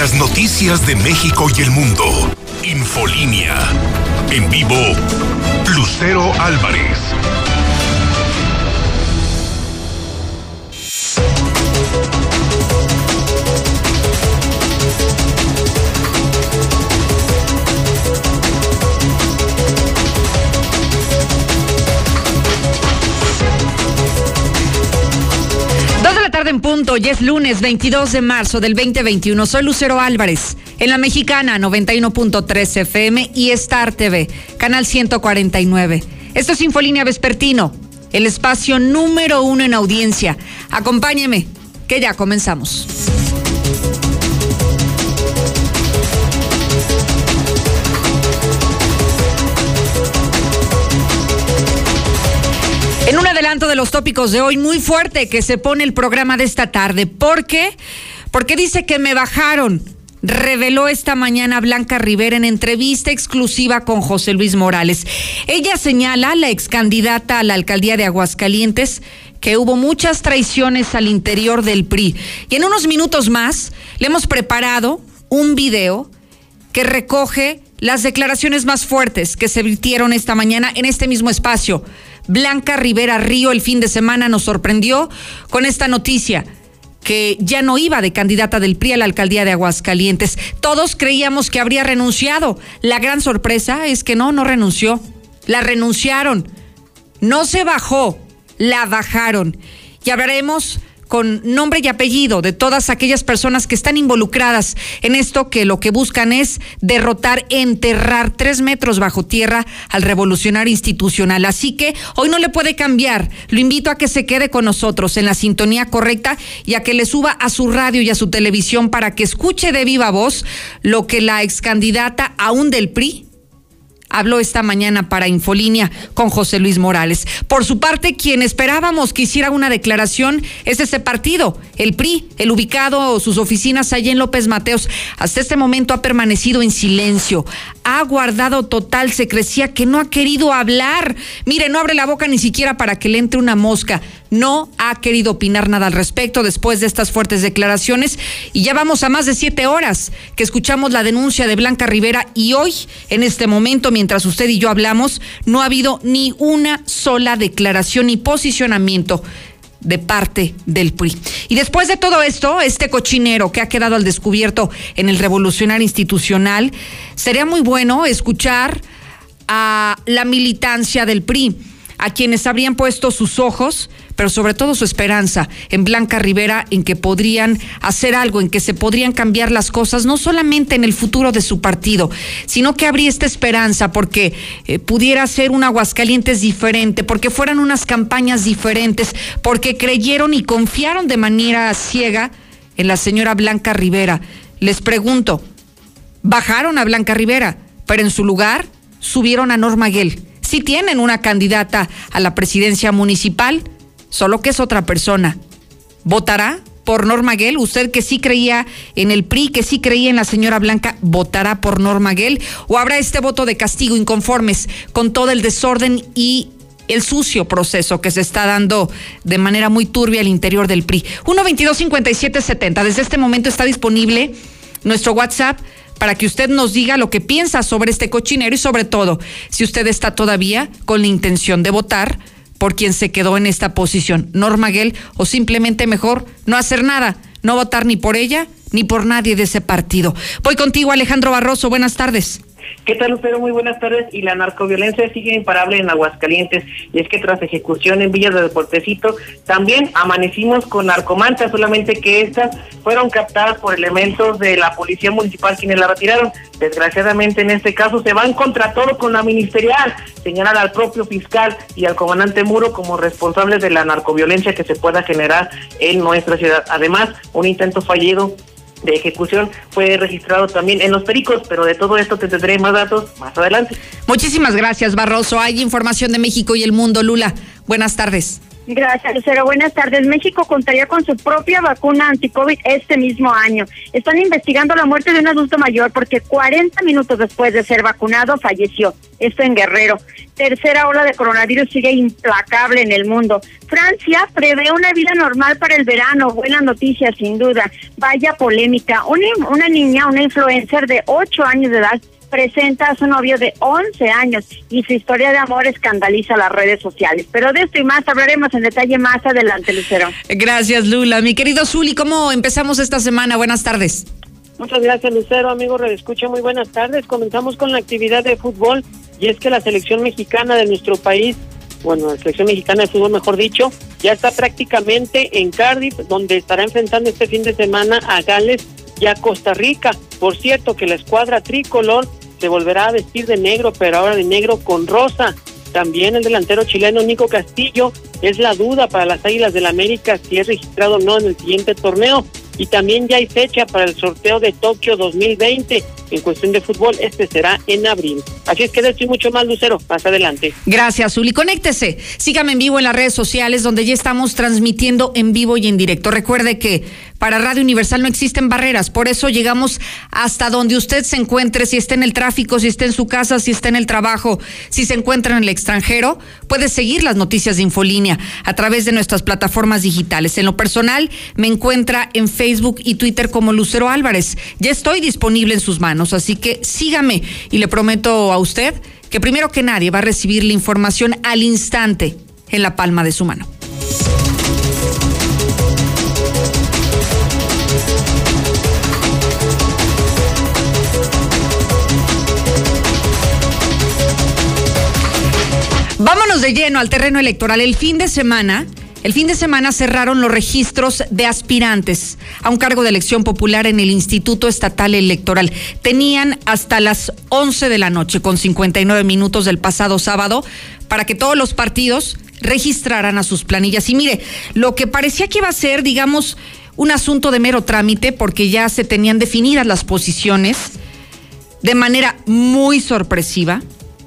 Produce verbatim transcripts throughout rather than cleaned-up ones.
Las noticias de México y el mundo. Infolínea. En vivo, Lucero Álvarez. En punto, ya es lunes veintidós de marzo del veinte veintiuno. Soy Lucero Álvarez, en La Mexicana noventa y uno punto tres F M y Star T V, canal ciento cuarenta y nueve. Esto es Infolínea Vespertino, el espacio número uno en audiencia. Acompáñeme, que ya comenzamos. En un adelanto de los tópicos de hoy, muy fuerte que se pone el programa de esta tarde. ¿Por qué? Porque dice que me bajaron. Reveló esta mañana Blanca Rivera en entrevista exclusiva con José Luis Morales. Ella señala, la excandidata a la alcaldía de Aguascalientes, que hubo muchas traiciones al interior del P R I. Y en unos minutos más le hemos preparado un video que recoge las declaraciones más fuertes que se virtieron esta mañana en este mismo espacio. Blanca Rivera Río el fin de semana nos sorprendió con esta noticia, que ya no iba de candidata del P R I a la alcaldía de Aguascalientes. Todos creíamos que habría renunciado. La gran sorpresa es que no, no renunció. La renunciaron. No se bajó, la bajaron. Y hablaremos con nombre y apellido de todas aquellas personas que están involucradas en esto, que lo que buscan es derrotar, enterrar tres metros bajo tierra al revolucionario institucional. Así que hoy no le puede cambiar. Lo invito a que se quede con nosotros en la sintonía correcta y a que le suba a su radio y a su televisión para que escuche de viva voz lo que la excandidata aún del P R I habló esta mañana para Infolínea con José Luis Morales. Por su parte, quien esperábamos que hiciera una declaración es ese partido, el P R I, el ubicado sus oficinas allá en López Mateos. Hasta este momento ha permanecido en silencio, ha guardado total secrecía, que no ha querido hablar. Mire, no abre la boca ni siquiera para que le entre una mosca. No ha querido opinar nada al respecto después de estas fuertes declaraciones. Y ya vamos a más de siete horas que escuchamos la denuncia de Blanca Rivera, y hoy, en este momento, mientras usted y yo hablamos, no ha habido ni una sola declaración ni posicionamiento de parte del P R I. Y después de todo esto, este cochinero que ha quedado al descubierto en el revolucionario institucional, sería muy bueno escuchar a la militancia del P R I, a quienes habrían puesto sus ojos, pero sobre todo su esperanza en Blanca Rivera, en que podrían hacer algo, en que se podrían cambiar las cosas, no solamente en el futuro de su partido, sino que habría esta esperanza porque eh, pudiera ser un Aguascalientes diferente, porque fueran unas campañas diferentes, porque creyeron y confiaron de manera ciega en la señora Blanca Rivera. Les pregunto, bajaron a Blanca Rivera, pero en su lugar subieron a Norma Guel. Sí tienen una candidata a la presidencia municipal, solo que es otra persona. ¿Votará por Norma Guel? Usted que sí creía en el P R I, que sí creía en la señora Blanca, ¿votará por Norma Guel? ¿O habrá este voto de castigo, inconformes con todo el desorden y el sucio proceso que se está dando de manera muy turbia al interior del P R I? uno veintidós cincuenta y siete setenta. Desde este momento está disponible nuestro WhatsApp para que usted nos diga lo que piensa sobre este cochinero y sobre todo si usted está todavía con la intención de votar por quien se quedó en esta posición, Norma Guel, o simplemente mejor no hacer nada, no votar ni por ella ni por nadie de ese partido. Voy contigo, Alejandro Barroso, buenas tardes. ¿Qué tal, Lucero? Muy buenas tardes. Y la narcoviolencia sigue imparable en Aguascalientes, y es que tras ejecución en Villas de Puertecito, también amanecimos con narcomantas, solamente que estas fueron captadas por elementos de la policía municipal, quienes la retiraron. Desgraciadamente, en este caso, se van contra todo con la ministerial, señalan al propio fiscal y al comandante Muro como responsables de la narcoviolencia que se pueda generar en nuestra ciudad. Además, un intento fallido de ejecución fue registrado también en Los Pericos, pero de todo esto te tendré más datos más adelante. Muchísimas gracias, Barroso. Hay información de México y el mundo. Lula, buenas tardes. Gracias, Lucero. Buenas tardes. México contaría con su propia vacuna anti-COVID este mismo año. Están investigando la muerte de un adulto mayor porque cuarenta minutos después de ser vacunado falleció. Esto en Guerrero. Tercera ola de coronavirus sigue implacable en el mundo. Francia prevé una vida normal para el verano. Buena noticia, sin duda. Vaya polémica. Una, una niña, una influencer de ocho años de edad, presenta a su novio de once años y su historia de amor escandaliza las redes sociales. Pero de esto y más hablaremos en detalle más adelante, Lucero. Gracias, Lula. Mi querido Zuli, ¿cómo empezamos esta semana? Buenas tardes. Muchas gracias, Lucero. Amigo redescucha, muy buenas tardes. Comenzamos con la actividad de fútbol y es que la selección mexicana de nuestro país, bueno, la selección mexicana de fútbol, mejor dicho, ya está prácticamente en Cardiff, donde estará enfrentando este fin de semana a Gales y a Costa Rica. Por cierto, que la escuadra tricolor se volverá a vestir de negro, pero ahora de negro con rosa. También el delantero chileno Nico Castillo es la duda para las Águilas del América si es registrado o no en el siguiente torneo. Y también ya hay fecha para el sorteo de Tokio dos mil veinte. En cuestión de fútbol, este será en abril. Así es que de esto y mucho más, Lucero, más adelante. Gracias, Zuli. Conéctese, sígame en vivo en las redes sociales, donde ya estamos transmitiendo en vivo y en directo. Recuerde que para Radio Universal no existen barreras, por eso llegamos hasta donde usted se encuentre, si está en el tráfico, si está en su casa, si está en el trabajo, si se encuentra en el extranjero, puede seguir las noticias de Infolínea a través de nuestras plataformas digitales. En lo personal, me encuentra en Facebook y Twitter como Lucero Álvarez. Ya estoy disponible en sus manos, así que sígame y le prometo a usted que primero que nadie va a recibir la información al instante en la palma de su mano. Vámonos de lleno al terreno electoral. El fin de semana, el fin de semana cerraron los registros de aspirantes a un cargo de elección popular en el Instituto Estatal Electoral. Tenían hasta las once de la noche con cincuenta y nueve minutos del pasado sábado para que todos los partidos registraran a sus planillas. Y mire, lo que parecía que iba a ser, digamos, un asunto de mero trámite, porque ya se tenían definidas las posiciones de manera muy sorpresiva,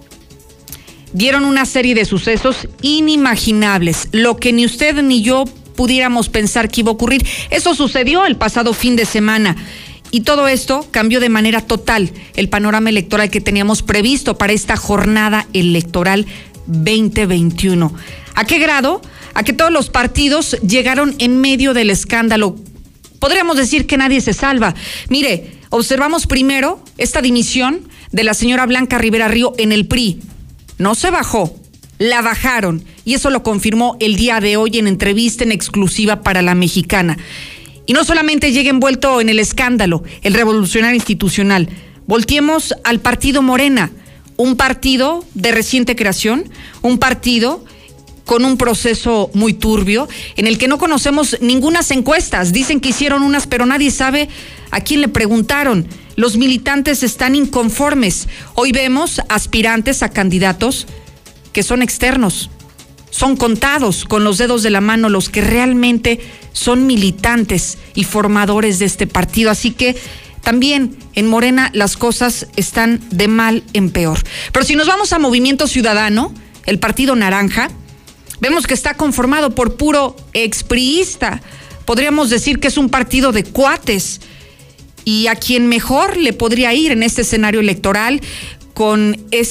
dieron una serie de sucesos inimaginables, lo que ni usted ni yo pudiéramos pensar que iba a ocurrir. Eso sucedió el pasado fin de semana y todo esto cambió de manera total el panorama electoral que teníamos previsto para esta jornada electoral veinte veintiuno. ¿A qué grado? A que todos los partidos llegaron en medio del escándalo. Podríamos decir que nadie se salva. Mire, observamos primero esta dimisión de la señora Blanca Rivera Río en el P R I. No se bajó, la bajaron, y eso lo confirmó el día de hoy en entrevista en exclusiva para La Mexicana. Y no solamente llega envuelto en el escándalo, el revolucionario institucional. Volteemos al partido Morena, un partido de reciente creación, un partido con un proceso muy turbio, en el que no conocemos ningunas encuestas. Dicen que hicieron unas, pero nadie sabe a quién le preguntaron. Los militantes están inconformes. Hoy vemos aspirantes a candidatos que son externos. Son contados con los dedos de la mano los que realmente son militantes y formadores de este partido. Así que también en Morena las cosas están de mal en peor. Pero si nos vamos a Movimiento Ciudadano, el partido naranja, vemos que está conformado por puro expriista. Podríamos decir que es un partido de cuates. Y a quien mejor le podría ir en este escenario electoral con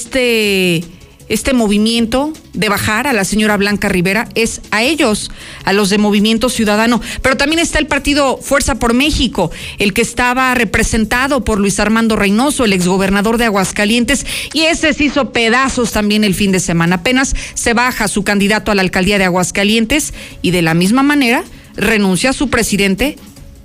este, este movimiento de bajar a la señora Blanca Rivera es a ellos, a los de Movimiento Ciudadano. Pero también está el partido Fuerza por México, el que estaba representado por Luis Armando Reynoso, el exgobernador de Aguascalientes, y ese se hizo pedazos también el fin de semana. Apenas se baja su candidato a la alcaldía de Aguascalientes y de la misma manera renuncia a su presidente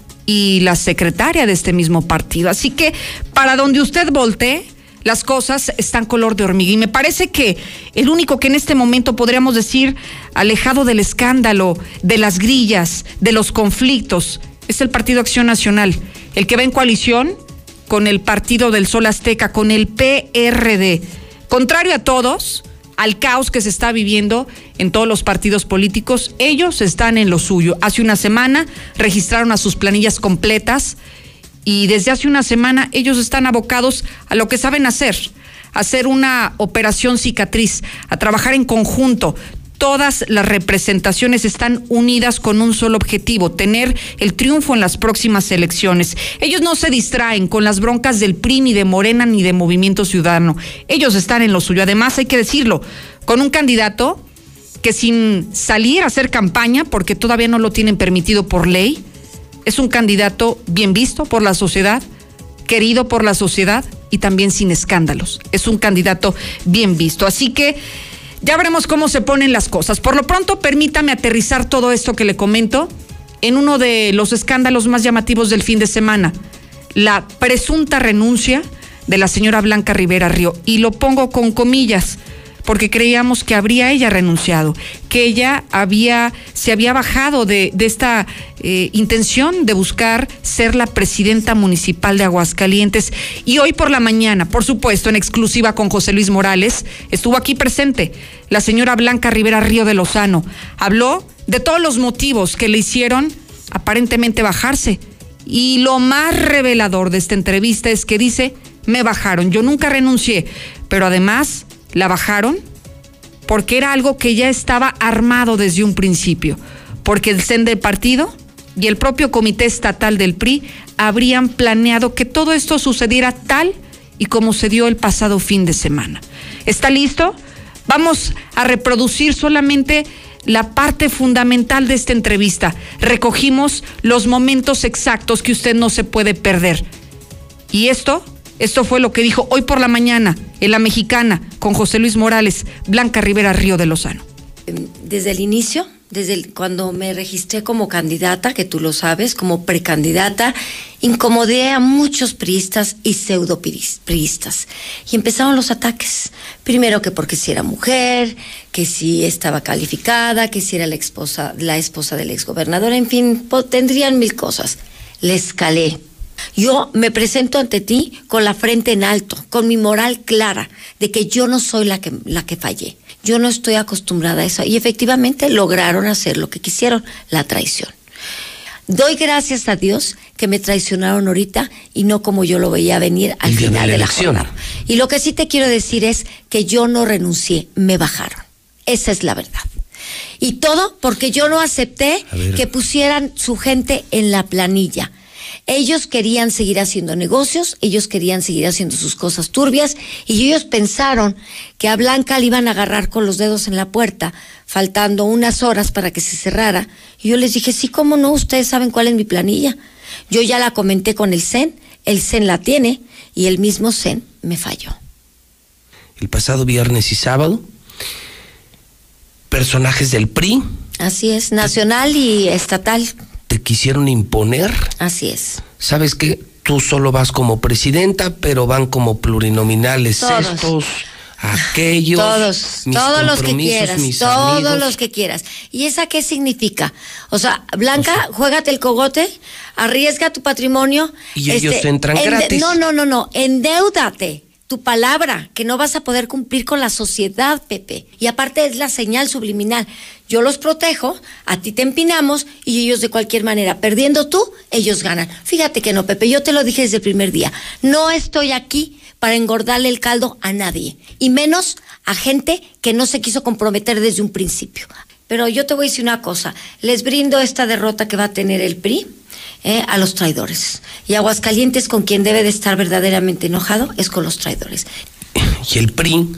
y la secretaria de este mismo partido. Así que para donde usted voltee, las cosas están color de hormiga. Y me parece que el único que en este momento podríamos decir alejado del escándalo, de las grillas, de los conflictos, es el Partido Acción Nacional, el que va en coalición con el Partido del Sol Azteca, con el P R D. Contrario a todos, al caos que se está viviendo en todos los partidos políticos, ellos están en lo suyo. Hace una semana registraron a sus planillas completas y desde hace una semana ellos están abocados a lo que saben hacer, a hacer una operación cicatriz, a trabajar en conjunto. todas las representaciones están unidas con un solo objetivo, tener el triunfo en las próximas elecciones. Ellos no se distraen con las broncas del P R I, ni de Morena, ni de Movimiento Ciudadano. Ellos están en lo suyo. Además, hay que decirlo, con un candidato que sin salir a hacer campaña, porque todavía no lo tienen permitido por ley, es un candidato bien visto por la sociedad, querido por la sociedad y también sin escándalos. Es un candidato bien visto. Así que ya veremos cómo se ponen las cosas. Por lo pronto, permítame aterrizar todo esto que le comento en uno de los escándalos más llamativos del fin de semana, la presunta renuncia de la señora Blanca Rivera Río. Y lo pongo con comillas, porque creíamos que habría ella renunciado, que ella había, se había bajado de, de esta eh, intención de buscar ser la presidenta municipal de Aguascalientes. Y hoy por la mañana, por supuesto, en exclusiva con José Luis Morales, estuvo aquí presente la señora Blanca Rivera Río de Lozano. Habló de todos los motivos que le hicieron aparentemente bajarse. Y lo más revelador de esta entrevista es que dice, me bajaron, yo nunca renuncié, pero además la bajaron porque era algo que ya estaba armado desde un principio, porque el C E N del partido y el propio comité estatal del P R I habrían planeado que todo esto sucediera tal y como se dio el pasado fin de semana. ¿Está listo? Vamos a reproducir solamente la parte fundamental de esta entrevista. Recogimos los momentos exactos que usted no se puede perder. Y esto... Esto fue lo que dijo hoy por la mañana en La Mexicana con José Luis Morales, Blanca Rivera Río de Lozano. Desde el inicio, desde el, cuando me registré como candidata, que tú lo sabes, como precandidata, incomodé a muchos priistas y pseudopriistas. Y empezaron los ataques. Primero que porque si era mujer, que si estaba calificada, que si era la esposa, la esposa del exgobernador, en fin, tendrían mil cosas. Le escalé. Yo me presento ante ti con la frente en alto, con mi moral clara de que yo no soy la que, la que fallé. Yo no estoy acostumbrada a eso. Y efectivamente lograron hacer lo que quisieron, la traición. Doy gracias a Dios que me traicionaron ahorita y no como yo lo veía venir al final de la jornada. Y lo que sí te quiero decir es que yo no renuncié, me bajaron. Esa es la verdad. Y todo porque yo no acepté que pusieran su gente en la planilla. Ellos querían seguir haciendo negocios, ellos querían seguir haciendo sus cosas turbias y ellos pensaron que a Blanca le iban a agarrar con los dedos en la puerta, faltando unas horas para que se cerrara. Y yo les dije, sí, cómo no, ustedes saben cuál es mi planilla. Yo ya la comenté con el C E N, el C E N la tiene y el mismo C E N me falló. El pasado viernes y sábado, personajes del P R I. Así es, nacional y estatal. ¿Te quisieron imponer? Así es. ¿Sabes qué? Tú solo vas como presidenta, pero van como plurinominales todos. Estos, aquellos. Todos, mis todos los que quieras, todos amigos. los que quieras. ¿Y esa qué significa? O sea, Blanca, o sea, juégate el cogote, arriesga tu patrimonio. Y este, ellos entran ende- gratis. No, no, no, no, endeúdate. Tu palabra, que no vas a poder cumplir con la sociedad, Pepe. Y aparte es la señal subliminal. Yo los protejo, a ti te empinamos y ellos de cualquier manera, perdiendo tú, ellos ganan. Fíjate que no, Pepe, yo te lo dije desde el primer día. No estoy aquí para engordarle el caldo a nadie. Y menos a gente que no se quiso comprometer desde un principio. Pero yo te voy a decir una cosa. Les brindo esta derrota que va a tener el P R I. Eh, a los traidores. Y Aguascalientes, con quien debe de estar verdaderamente enojado, es con los traidores. Y el P R I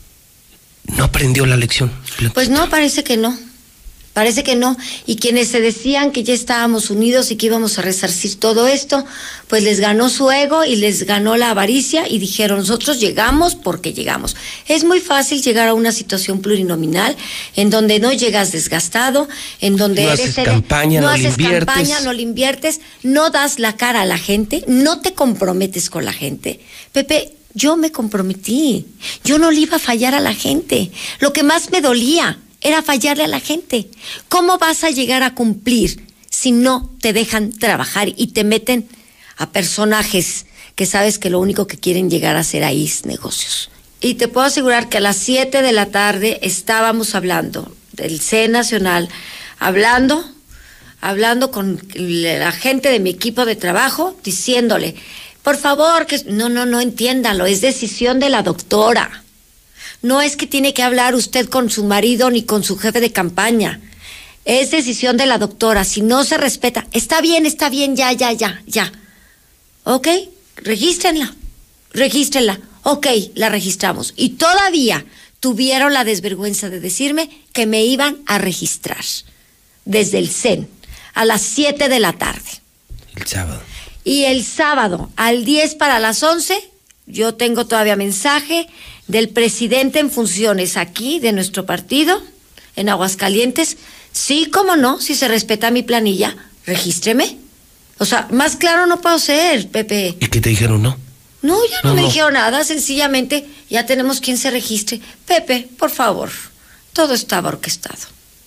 no aprendió la lección. Pues no, parece que no. Parece que no. Y quienes se decían que ya estábamos unidos y que íbamos a resarcir todo esto, pues les ganó su ego y les ganó la avaricia y dijeron, nosotros llegamos porque llegamos. Es muy fácil llegar a una situación plurinominal en donde no llegas desgastado, en donde no eres haces campaña, no, no haces le inviertes. campaña, no le inviertes, no das la cara a la gente, no te comprometes con la gente. Pepe, yo me comprometí. Yo no le iba a fallar a la gente. Lo que más me dolía era fallarle a la gente. ¿Cómo vas a llegar a cumplir si no te dejan trabajar y te meten a personajes que sabes que lo único que quieren llegar a hacer ahí es negocios? Y te puedo asegurar que a las siete de la tarde estábamos hablando del C E N Nacional, hablando, hablando con la gente de mi equipo de trabajo, diciéndole, por favor, que no, no, no, entiéndalo, es decisión de la doctora. No es que tiene que hablar usted con su marido ni con su jefe de campaña. Es decisión de la doctora. Si no se respeta, está bien, está bien, ya, ya, ya, ya. ¿Ok? Regístrenla. Regístrenla. Ok, la registramos. Y todavía tuvieron la desvergüenza de decirme que me iban a registrar desde el C E N a las siete de la tarde. El sábado. Y el sábado, al diez para las once, yo tengo todavía mensaje del presidente en funciones aquí, de nuestro partido, en Aguascalientes. Sí, cómo no, si se respeta mi planilla, regístreme. O sea, más claro no puedo ser, Pepe. ¿Y qué te dijeron, no? No, ya no, no me no. dijeron nada, sencillamente ya tenemos quien se registre. Pepe, por favor, todo estaba orquestado.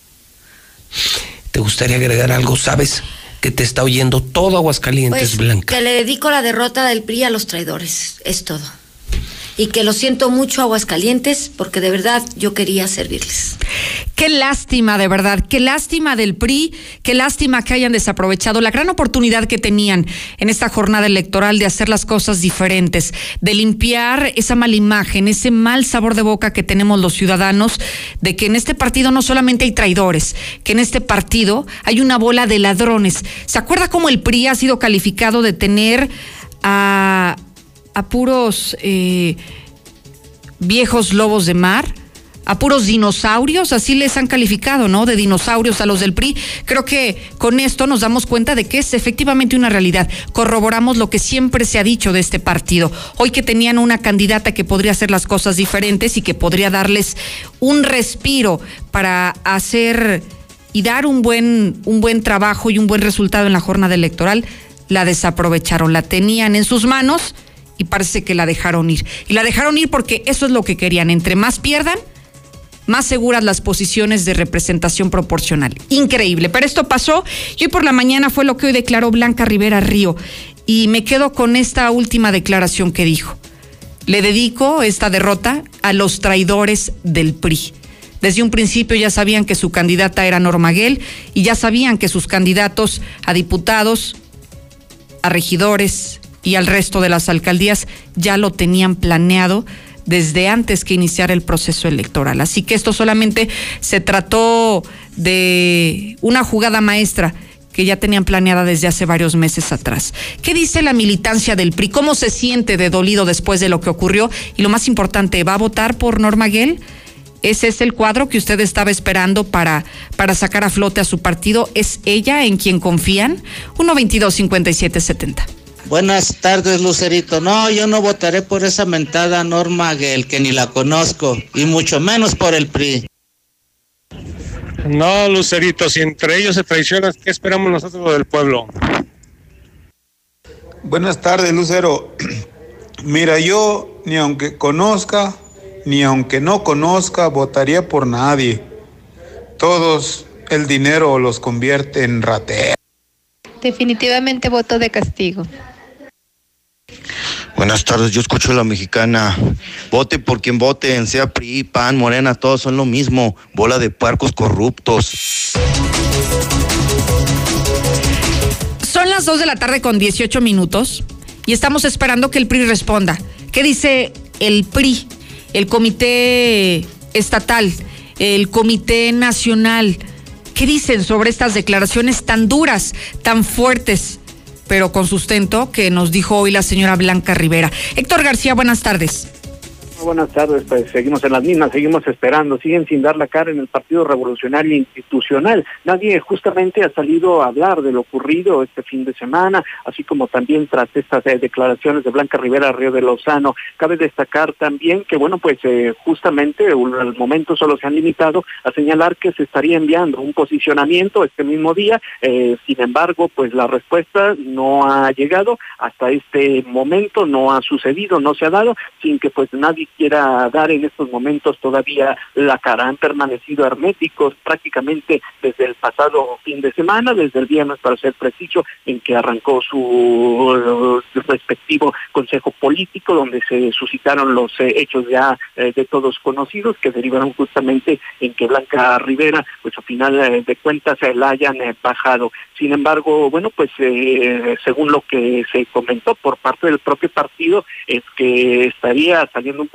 ¿Te gustaría agregar algo? ¿Sabes que te está oyendo todo Aguascalientes, Pues, Blanca? que le dedico la derrota del P R I a los traidores, es todo. Y que lo siento mucho, Aguascalientes, porque de verdad yo quería servirles. Qué lástima, de verdad, qué lástima del P R I, qué lástima que hayan desaprovechado la gran oportunidad que tenían en esta jornada electoral de hacer las cosas diferentes, de limpiar esa mala imagen, ese mal sabor de boca que tenemos los ciudadanos, de que en este partido no solamente hay traidores, que en este partido hay una bola de ladrones. ¿Se acuerda cómo el P R I ha sido calificado de tener a... a puros eh, viejos lobos de mar, a puros dinosaurios? Así les han calificado, ¿no? De dinosaurios a los del P R I. Creo que con esto nos damos cuenta de que es efectivamente una realidad. Corroboramos lo que siempre se ha dicho de este partido. Hoy que tenían una candidata que podría hacer las cosas diferentes y que podría darles un respiro para hacer y dar un buen, un buen trabajo y un buen resultado en la jornada electoral, la desaprovecharon. La tenían en sus manos y parece que la dejaron ir. Y la dejaron ir porque eso es lo que querían. Entre más pierdan, más seguras las posiciones de representación proporcional. Increíble. Pero esto pasó y hoy por la mañana fue lo que hoy declaró Blanca Rivera Río. Y me quedo con esta última declaración que dijo. Le dedico esta derrota a los traidores del P R I. Desde un principio ya sabían que su candidata era Norma Guel y ya sabían que sus candidatos a diputados, a regidores y al resto de las alcaldías ya lo tenían planeado desde antes que iniciara el proceso electoral. Así que esto solamente se trató de una jugada maestra que ya tenían planeada desde hace varios meses atrás. ¿Qué dice la militancia del P R I? ¿Cómo se siente de dolido después de lo que ocurrió? Y lo más importante, ¿va a votar por Norma Guel? ¿Ese es el cuadro que usted estaba esperando para, para sacar a flote a su partido? ¿Es ella en quien confían? uno veintidós cincuenta y siete setenta. Buenas tardes, Lucerito. No, yo no votaré por esa mentada Norma Guel, que ni la conozco, y mucho menos por el P R I. No, Lucerito, si entre ellos se traicionan, ¿qué esperamos nosotros lo del pueblo? Buenas tardes, Lucero. Mira, yo ni aunque conozca, ni aunque no conozca, votaría por nadie. Todos el dinero los convierte en rateros. Definitivamente voto de castigo. Buenas tardes, yo escucho a la mexicana. Vote por quien vote, sea P R I, P A N, Morena, todos son lo mismo. Bola de puercos corruptos. Son las dos de la tarde con dieciocho minutos y estamos esperando que el P R I responda. ¿Qué dice el P R I, el Comité Estatal, el Comité Nacional? ¿Qué dicen sobre estas declaraciones tan duras, tan fuertes, pero con sustento que nos dijo hoy la señora Blanca Rivera? Héctor García, buenas tardes. Buenas tardes, pues seguimos en las mismas, seguimos esperando, siguen sin dar la cara en el Partido Revolucionario Institucional. Nadie justamente ha salido a hablar de lo ocurrido este fin de semana, así como también tras estas eh, declaraciones de Blanca Rivera Río de Lozano. Cabe destacar también que, bueno, pues eh, justamente al momento solo se han limitado a señalar que se estaría enviando un posicionamiento este mismo día, eh, sin embargo, pues la respuesta no ha llegado hasta este momento, no ha sucedido, no se ha dado, sin que pues nadie quiera dar en estos momentos todavía la cara. Han permanecido herméticos prácticamente desde el pasado fin de semana, desde el viernes para ser preciso, en que arrancó su respectivo consejo político, donde se suscitaron los eh, hechos ya eh, de todos conocidos, que derivaron justamente en que Blanca Rivera, pues a final eh, de cuentas, eh, la hayan eh, bajado. Sin embargo, bueno, pues eh, según lo que se comentó por parte del propio partido, es que estaría saliendo un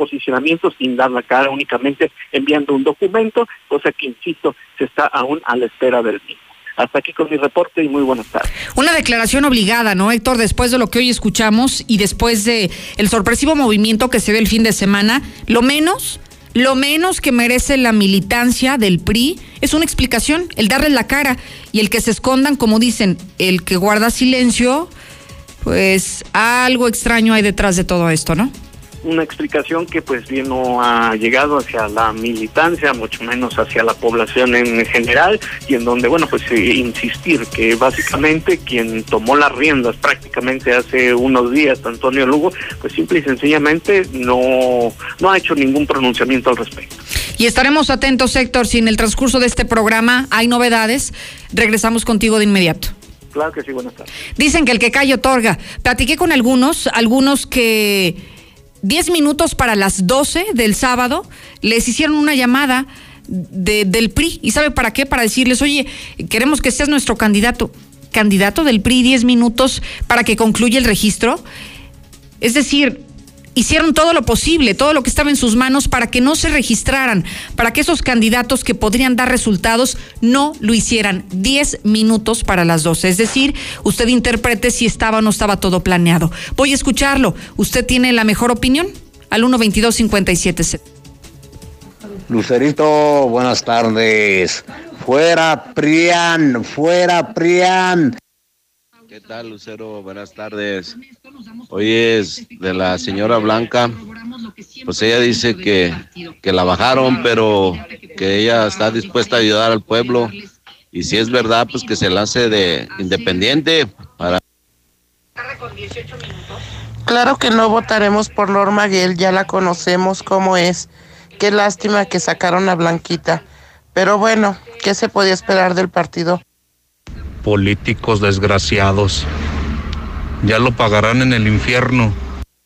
posicionamiento sin dar la cara, únicamente enviando un documento, cosa que, insisto, se está aún a la espera del mismo. Hasta aquí con mi reporte y muy buenas tardes. Una declaración obligada, ¿no, Héctor? Después de lo que hoy escuchamos y después de el sorpresivo movimiento que se ve el fin de semana, lo menos, lo menos que merece la militancia del P R I es una explicación, el darles la cara y el que se escondan, como dicen, el que guarda silencio, pues algo extraño hay detrás de todo esto, ¿no? Una explicación que pues bien no ha llegado hacia la militancia, mucho menos hacia la población en general, y en donde, bueno, pues eh, insistir que básicamente quien tomó las riendas prácticamente hace unos días, Antonio Lugo, pues simple y sencillamente no, no ha hecho ningún pronunciamiento al respecto. Y estaremos atentos, Héctor, si en el transcurso de este programa hay novedades, regresamos contigo de inmediato. Claro que sí, buenas tardes. Dicen que el que calla otorga. Platiqué con algunos, algunos que diez minutos para las doce del sábado les hicieron una llamada de, del P R I. ¿Y sabe para qué? Para decirles, oye, queremos que seas nuestro candidato. Candidato del P R I, diez minutos para que concluya el registro. Es decir, hicieron todo lo posible, todo lo que estaba en sus manos para que no se registraran, para que esos candidatos que podrían dar resultados no lo hicieran. Diez minutos para las doce. Es decir, usted interprete si estaba o no estaba todo planeado. Voy a escucharlo. ¿Usted tiene la mejor opinión? Al uno veintidós cincuenta y siete. Lucerito, buenas tardes. Fuera Prián, fuera Prián. ¿Qué tal, Lucero? Buenas tardes. Hoy es de la señora Blanca. Pues ella dice que, que la bajaron, pero que ella está dispuesta a ayudar al pueblo. Y si es verdad, pues que se lance de independiente para... Claro que no votaremos por Norma Guel, ya la conocemos cómo es. Qué lástima que sacaron a Blanquita. Pero bueno, ¿qué se podía esperar del partido? Políticos desgraciados. Ya lo pagarán en el infierno.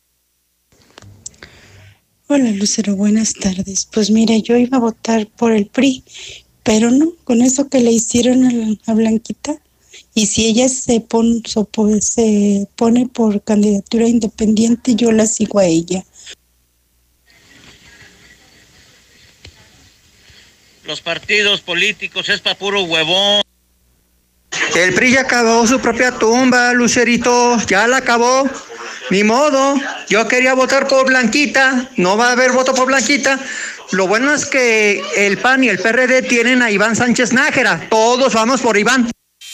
Hola, Lucero, buenas tardes. Pues mire, yo iba a votar por el P R I, pero no, con eso que le hicieron a, la, a Blanquita, y si ella se, pon, so, se pone por candidatura independiente, yo la sigo a ella. Los partidos políticos es pa' puro huevón. El P R I ya acabó su propia tumba, Lucerito, ya la acabó, ni modo. Yo quería votar por Blanquita, no va a haber voto por Blanquita. Lo bueno es que el P A N y el P R D tienen a Iván Sánchez Nájera, todos vamos por Iván.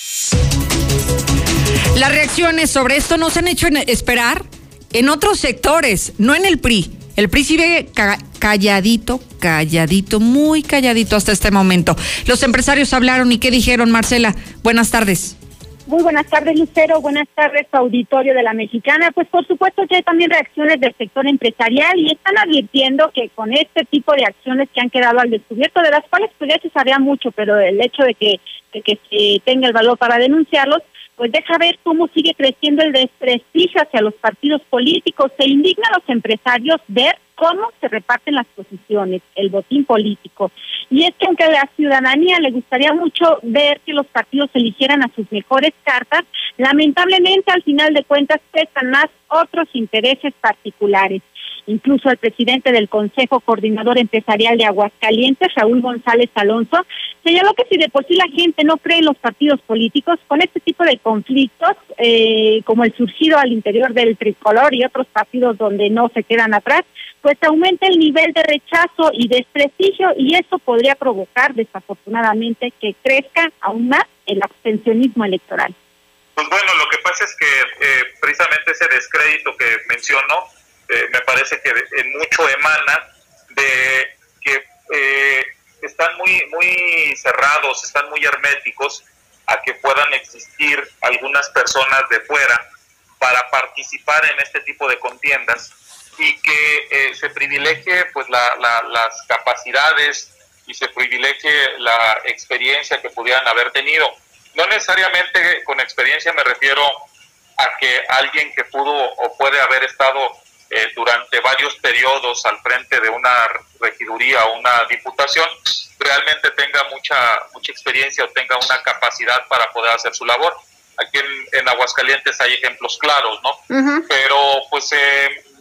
Las reacciones sobre esto nos han hecho esperar en otros sectores, no en el P R I. El P R I sigue ca- calladito, calladito, muy calladito hasta este momento. Los empresarios hablaron y ¿qué dijeron, Marcela? Buenas tardes. Muy buenas tardes, Lucero. Buenas tardes, auditorio de La Mexicana. Pues por supuesto que hay también reacciones del sector empresarial y están advirtiendo que con este tipo de acciones que han quedado al descubierto, de las cuales pues ya se sabía mucho, pero el hecho de que, de que se tenga el valor para denunciarlos, pues deja ver cómo sigue creciendo el desprestigio hacia los partidos políticos. Se indigna a los empresarios ver cómo se reparten las posiciones, el botín político. Y es que aunque a la ciudadanía le gustaría mucho ver que los partidos eligieran a sus mejores cartas, lamentablemente al final de cuentas pesan más otros intereses particulares. Incluso el presidente del Consejo Coordinador Empresarial de Aguascalientes, Raúl González Alonso, señaló que si de por sí la gente no cree en los partidos políticos, con este tipo de conflictos, eh, como el surgido al interior del Tricolor y otros partidos donde no se quedan atrás, pues aumenta el nivel de rechazo y desprestigio y eso podría provocar, desafortunadamente, que crezca aún más el abstencionismo electoral. Pues bueno, lo que pasa es que eh, precisamente ese descrédito que mencionó, Eh, me parece que en mucho emana de que eh, están muy muy cerrados, están muy herméticos a que puedan existir algunas personas de fuera para participar en este tipo de contiendas y que eh, se privilegie pues la, la, las capacidades y se privilegie la experiencia que pudieran haber tenido. No necesariamente con experiencia me refiero a que alguien que pudo o puede haber estado Eh, durante varios periodos al frente de una regiduría o una diputación, realmente tenga mucha mucha experiencia o tenga una capacidad para poder hacer su labor. Aquí en, en Aguascalientes hay ejemplos claros, ¿no? Uh-huh. Pero pues eh,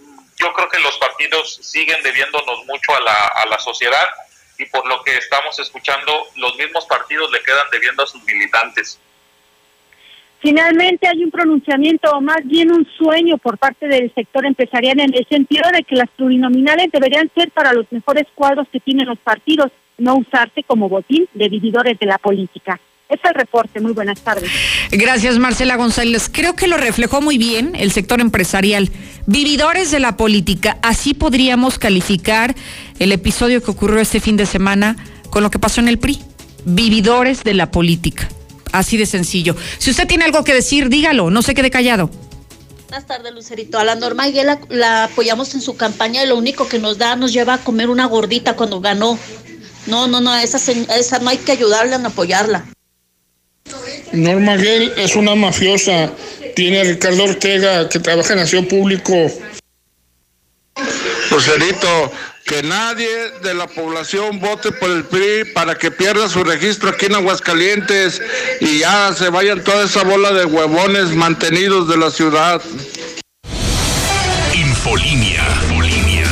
yo creo que los partidos siguen debiéndonos mucho a la, a la sociedad, y por lo que estamos escuchando, los mismos partidos le quedan debiendo a sus militantes. Finalmente hay un pronunciamiento, o más bien un sueño por parte del sector empresarial, en el sentido de que las plurinominales deberían ser para los mejores cuadros que tienen los partidos, no usarse como botín de vividores de la política. Es el reporte. Muy buenas tardes. Gracias, Marcela González. Creo que lo reflejó muy bien el sector empresarial. Vividores de la política. Así podríamos calificar el episodio que ocurrió este fin de semana con lo que pasó en el P R I. Vividores de la política. Así de sencillo. Si usted tiene algo que decir, dígalo, no se quede callado. Buenas tardes, Lucerito. A la Norma Aguilar la, la apoyamos en su campaña y lo único que nos da, nos lleva a comer una gordita cuando ganó. No, no, no, a esa, a esa no hay que ayudarla, en apoyarla. Norma Aguilar es una mafiosa. Tiene a Ricardo Ortega, que trabaja en aseo público. Lucerito, que nadie de la población vote por el P R I para que pierda su registro aquí en Aguascalientes y ya se vayan toda esa bola de huevones mantenidos de la ciudad. Infolínea. Infolínea.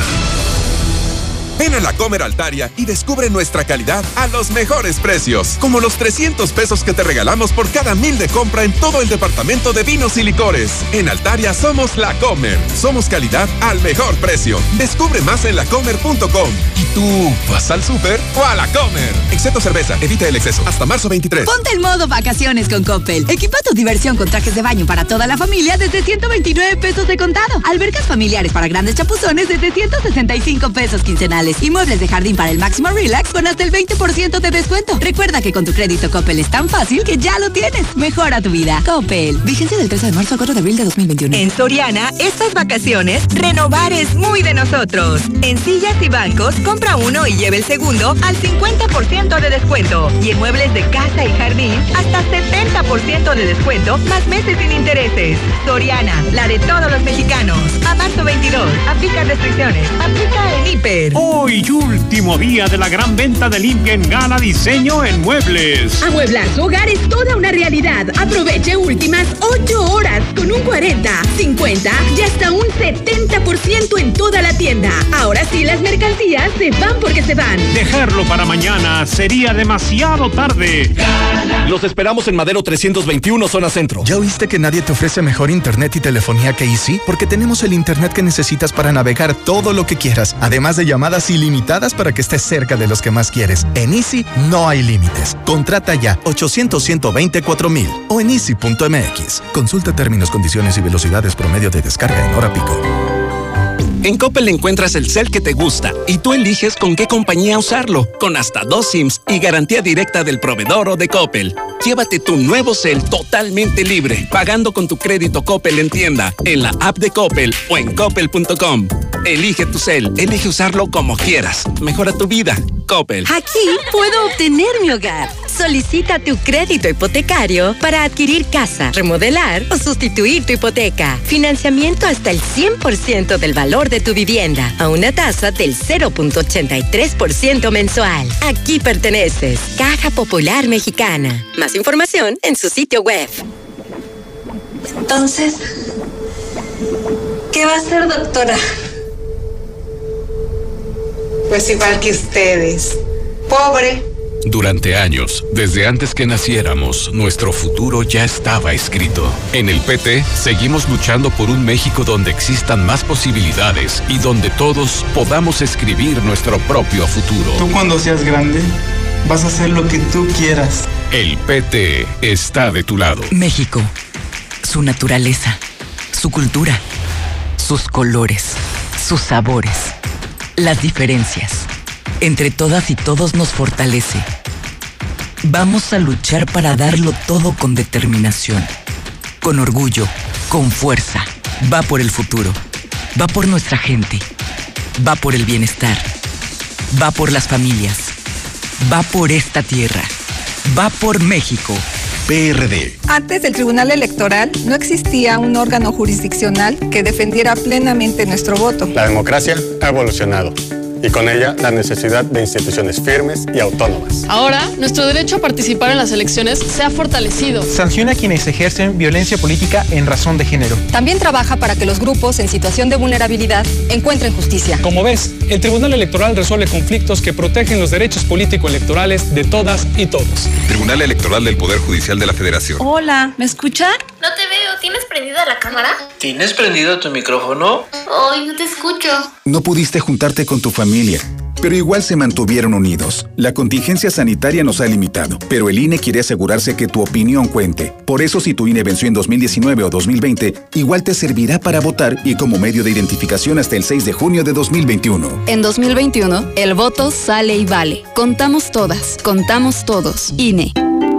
Ven a la Comer Altaria y descubre nuestra calidad a los mejores precios, como los trescientos pesos que te regalamos por cada mil de compra en todo el departamento de vinos y licores. En Altaria somos La Comer, somos calidad al mejor precio. Descubre más en la comer punto com. ¿Y tú vas al súper o a La Comer? Excepto cerveza, evita el exceso. Hasta marzo veintitrés. Ponte en modo vacaciones con Coppel. Equipa tu diversión con trajes de baño para toda la familia desde ciento veintinueve pesos de contado. Albercas familiares para grandes chapuzones desde ciento sesenta y cinco pesos quincenales. Y muebles de jardín para el máximo relax con hasta el veinte por ciento de descuento. Recuerda que con tu crédito Coppel es tan fácil que ya lo tienes. Mejora tu vida. Coppel. Vigencia del trece de marzo al cuatro de abril de dos mil veintiuno. En Soriana, estas vacaciones, renovar es muy de nosotros. En sillas y bancos, compra uno y lleve el segundo al cincuenta por ciento de descuento. Y en muebles de casa y jardín, hasta setenta por ciento de descuento, más meses sin intereses. Soriana, la de todos los mexicanos. A marzo veintidós. Aplica restricciones. Aplica en Hiper. Hoy último día de la gran venta de limpia en Gala Diseño en Muebles. Amueblar su hogar es toda una realidad. Aproveche últimas ocho horas con un cuarenta, cincuenta y hasta un setenta por ciento en toda la tienda. Ahora sí, las mercancías se van porque se van. Dejarlo para mañana sería demasiado tarde. Los esperamos en Madero trescientos veintiuno, zona centro. ¿Ya oíste que nadie te ofrece mejor internet y telefonía que Easy? Porque tenemos el internet que necesitas para navegar todo lo que quieras, además de llamadas ilimitadas para que estés cerca de los que más quieres. En Easy no hay límites. Contrata ya ochocientos, ciento veinte, cuatro mil o en easy punto m x. Consulta términos, condiciones y velocidades promedio de descarga en hora pico. En Coppel encuentras el cel que te gusta y tú eliges con qué compañía usarlo, con hasta dos SIMs y garantía directa del proveedor o de Coppel. Llévate tu nuevo cel totalmente libre, pagando con tu crédito Coppel en tienda, en la app de Coppel o en coppel punto com. Elige tu cel, elige usarlo como quieras. Mejora tu vida. Coppel. Aquí puedo obtener mi hogar. Solicita tu crédito hipotecario para adquirir casa, remodelar o sustituir tu hipoteca. Financiamiento hasta el cien por ciento del valor de tu vivienda a una tasa del cero punto ochenta y tres por ciento mensual. Aquí perteneces. Caja Popular Mexicana. Más información en su sitio web. Entonces, ¿qué va a hacer, doctora? Pues igual que ustedes. Pobre. Durante años, desde antes que naciéramos, nuestro futuro ya estaba escrito. En el P T, seguimos luchando por un México donde existan más posibilidades y donde todos podamos escribir nuestro propio futuro. Tú cuando seas grande, vas a hacer lo que tú quieras. El P T está de tu lado. México, su naturaleza, su cultura, sus colores, sus sabores, las diferencias. Entre todas y todos nos fortalece. Vamos a luchar para darlo todo con determinación, con orgullo, con fuerza. Va por el futuro, va por nuestra gente, va por el bienestar, va por las familias, va por esta tierra, va por México. P R D. Antes del Tribunal Electoral no existía un órgano jurisdiccional que defendiera plenamente nuestro voto. La democracia ha evolucionado. y con ella la necesidad de instituciones firmes y autónomas. Ahora, nuestro derecho a participar en las elecciones se ha fortalecido. Sanciona a quienes ejercen violencia política en razón de género. También trabaja para que los grupos en situación de vulnerabilidad encuentren justicia. Como ves, el Tribunal Electoral resuelve conflictos que protegen los derechos político-electorales de todas y todos. Tribunal Electoral del Poder Judicial de la Federación. Hola, ¿me escuchan? No te veo, ¿tienes prendida la cámara? ¿Tienes prendido tu micrófono? Ay, no te escucho. No pudiste juntarte con tu familia, pero igual se mantuvieron unidos. La contingencia sanitaria nos ha limitado, pero el I N E quiere asegurarse que tu opinión cuente. Por eso, si tu I N E venció en dos mil diecinueve o dos mil veinte, igual te servirá para votar y como medio de identificación hasta el seis de junio de dos mil veintiuno. En dos mil veintiuno, el voto sale y vale. Contamos todas, contamos todos. I N E.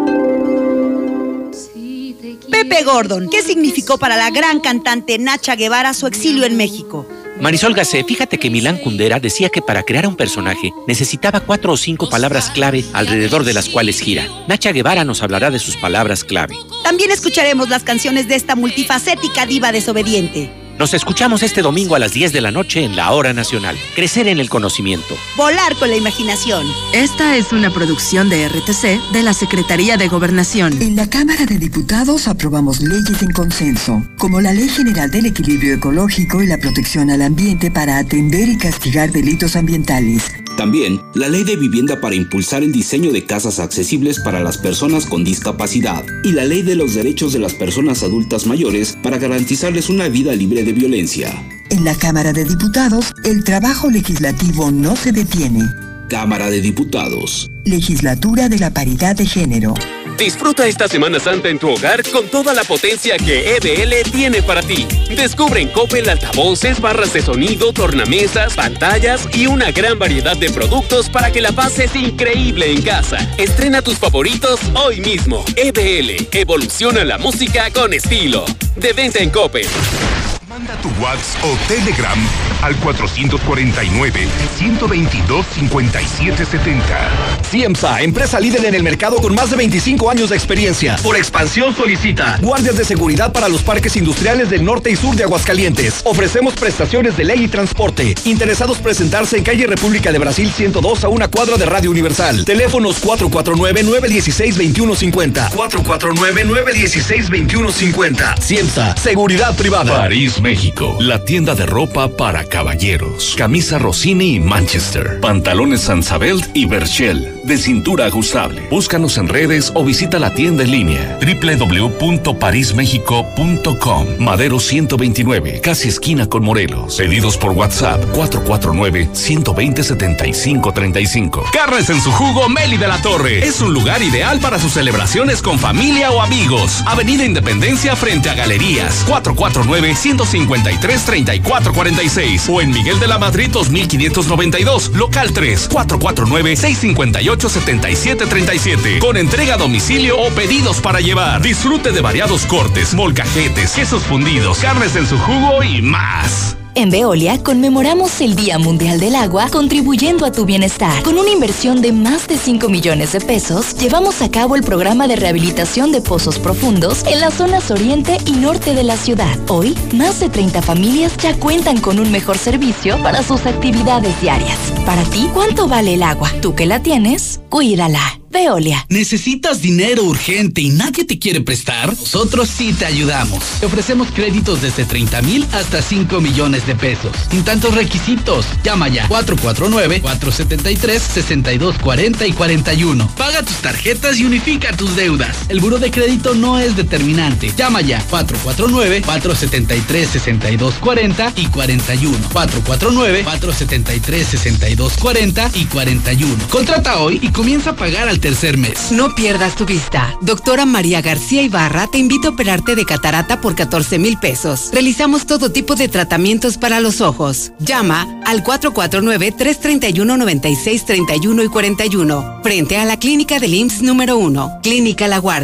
Pepe Gordon, ¿qué significó para la gran cantante Nacha Guevara su exilio en México? Marisol Gacé, fíjate que Milán Kundera decía que para crear un personaje necesitaba cuatro o cinco palabras clave alrededor de las cuales gira. Nacha Guevara nos hablará de sus palabras clave. También escucharemos las canciones de esta multifacética diva desobediente. Nos escuchamos este domingo a las diez de la noche en la Hora Nacional. Crecer en el conocimiento. Volar con la imaginación. Esta es una producción de R T C de la Secretaría de Gobernación. En la Cámara de Diputados aprobamos leyes en consenso, como la Ley General del Equilibrio Ecológico y la Protección al Ambiente para atender y castigar delitos ambientales. También la Ley de Vivienda para impulsar el diseño de casas accesibles para las personas con discapacidad y la Ley de los Derechos de las Personas Adultas Mayores para garantizarles una vida libre de violencia. En la Cámara de Diputados, el trabajo legislativo no se detiene. Cámara de Diputados. Legislatura de la Paridad de Género. Disfruta esta Semana Santa en tu hogar con toda la potencia que E B L tiene para ti. Descubre en Coppel altavoces, barras de sonido, tornamesas, pantallas y una gran variedad de productos para que la pases increíble en casa. Estrena tus favoritos hoy mismo. E B L, evoluciona la música con estilo. De venta en Coppel. Manda tu WhatsApp o Telegram al cuatrocientos cuarenta y nueve, ciento veintidós, cincuenta y siete setenta. CIEMSA, empresa líder en el mercado con más de veinticinco años de experiencia. Por expansión solicita guardias de seguridad para los parques industriales del norte y sur de Aguascalientes. Ofrecemos prestaciones de ley y transporte. Interesados presentarse en calle República de Brasil ciento dos a una cuadra de Radio Universal. Teléfonos cuatro cuatro nueve, nueve uno seis, dos uno cinco cero. cuatro cuatro nueve, nueve uno seis, dos uno cinco cero. CIEMSA, seguridad privada. París, México, la tienda de ropa para caballeros. Camisa Rossini y Manchester. Pantalones Sansabelt y Berchel, de cintura ajustable. Búscanos en redes o visita la tienda en línea doble u doble u doble u punto paris mexico punto com. Madero ciento veintinueve, casi esquina con Morelos. Pedidos por WhatsApp cuatro cuatro nueve, ciento veinte, setenta y cinco treinta y cinco. Carnes en su jugo Meli de la Torre. Es un lugar ideal para sus celebraciones con familia o amigos. Avenida Independencia frente a Galerías. cuatro cuatro nueve, ciento cincuenta y tres, treinta y cuatro cuarenta y seis. O en Miguel de la Madrid dos mil quinientos noventa y dos, local tres, cuatro cuatro nueve, seis cinco ocho, siete siete tres siete. Con entrega a domicilio o pedidos para llevar. Disfrute de variados cortes, molcajetes, quesos fundidos, carnes en su jugo y más. En Veolia conmemoramos el Día Mundial del Agua contribuyendo a tu bienestar. Con una inversión de más de cinco millones de pesos, llevamos a cabo el programa de rehabilitación de pozos profundos en las zonas oriente y norte de la ciudad. Hoy, más de treinta familias ya cuentan con un mejor servicio para sus actividades diarias. Para ti, ¿cuánto vale el agua? Tú que la tienes, cuídala. Veolia. ¿Necesitas dinero urgente y nadie te quiere prestar? Nosotros sí te ayudamos. Te ofrecemos créditos desde treinta mil hasta cinco millones de pesos. Sin tantos requisitos. Llama ya. cuatro cuatro nueve, cuatro siete tres, seis dos cuatro cero y cuarenta y uno. Paga tus tarjetas y unifica tus deudas. El buró de crédito no es determinante. Llama ya. cuatro cuatro nueve, cuatro siete tres, seis dos cuatro cero y cuarenta y uno. cuatro cuatro nueve, cuatro siete tres, seis dos cuatro cero y cuarenta y uno. Contrata hoy y comienza a pagar al tercer mes. No pierdas tu vista. Doctora María García Ibarra te invita a operarte de catarata por catorce mil pesos. Realizamos todo tipo de tratamientos para los ojos. Llama al cuatro cuatro nueve, tres tres uno, nueve seis tres uno y cuarenta y uno. Frente a la clínica del I M S S número uno. Clínica La Guardia.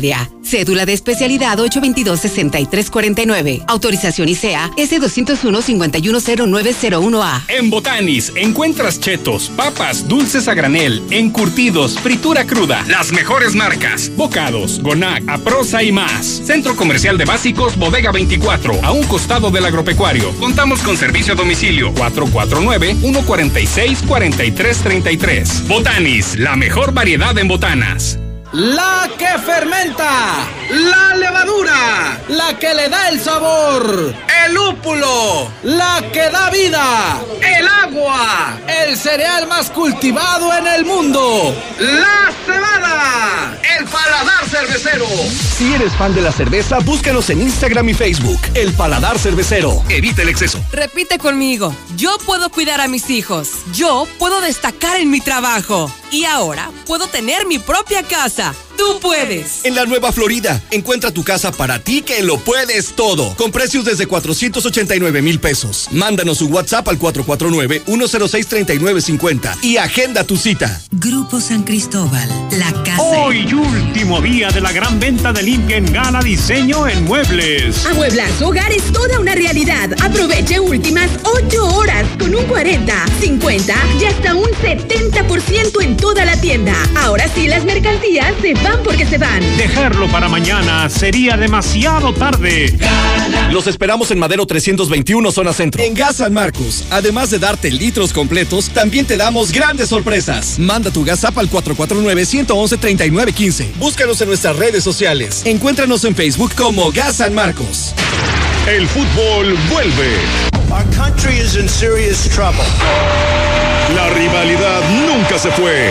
Cédula de especialidad ocho veintidós, sesenta y tres cuarenta y nueve. Autorización I C E A S doscientos uno, cincuenta y uno cero nueve cero uno A. En Botanis encuentras chetos, papas, dulces a granel, encurtidos, fritura cruda, las mejores marcas, bocados, Gonac, Aprosa y más. Centro Comercial de Básicos Bodega veinticuatro, a un costado del agropecuario. Contamos con servicio a domicilio cuatro cuatro nueve, uno cuatro seis, cuatro tres tres tres. Botanis, la mejor variedad en botanas. La que fermenta, la levadura, la que le da el sabor, el lúpulo, la que da vida, el agua, el cereal más cultivado en el mundo, la cebada, el paladar cervecero. Si eres fan de la cerveza, búscanos en Instagram y Facebook, El Paladar Cervecero. Evita el exceso. Repite conmigo, yo puedo cuidar a mis hijos, yo puedo destacar en mi trabajo y ahora puedo tener mi propia casa. ¡Tú puedes! En la Nueva Florida, encuentra tu casa para ti que lo puedes todo. Con precios desde cuatrocientos ochenta y nueve mil pesos. Mándanos un WhatsApp al cuatro cuatro nueve, uno cero seis, tres nueve cinco cero y agenda tu cita. Grupo San Cristóbal, la casa. Hoy último día de la gran venta de Limpia en Gala Diseño en Muebles. Amueblar su hogar es toda una realidad. Aproveche últimas ocho horas con un cuarenta, cincuenta y hasta un setenta por ciento en toda la tienda. Ahora sí, las mercancías se van porque se van. Dejarlo para mañana sería demasiado tarde. Gana. Los esperamos en Madero trescientos veintiuno, zona centro. En Gas San Marcos, además de darte litros completos, también te damos grandes sorpresas. Manda tu gas app al cuatro cuatro nueve, uno uno uno, tres nueve uno cinco. Búscanos en nuestras redes sociales. Encuéntranos en Facebook como Gas San Marcos. El fútbol vuelve. Our country is in serious trouble. La rivalidad nunca se fue.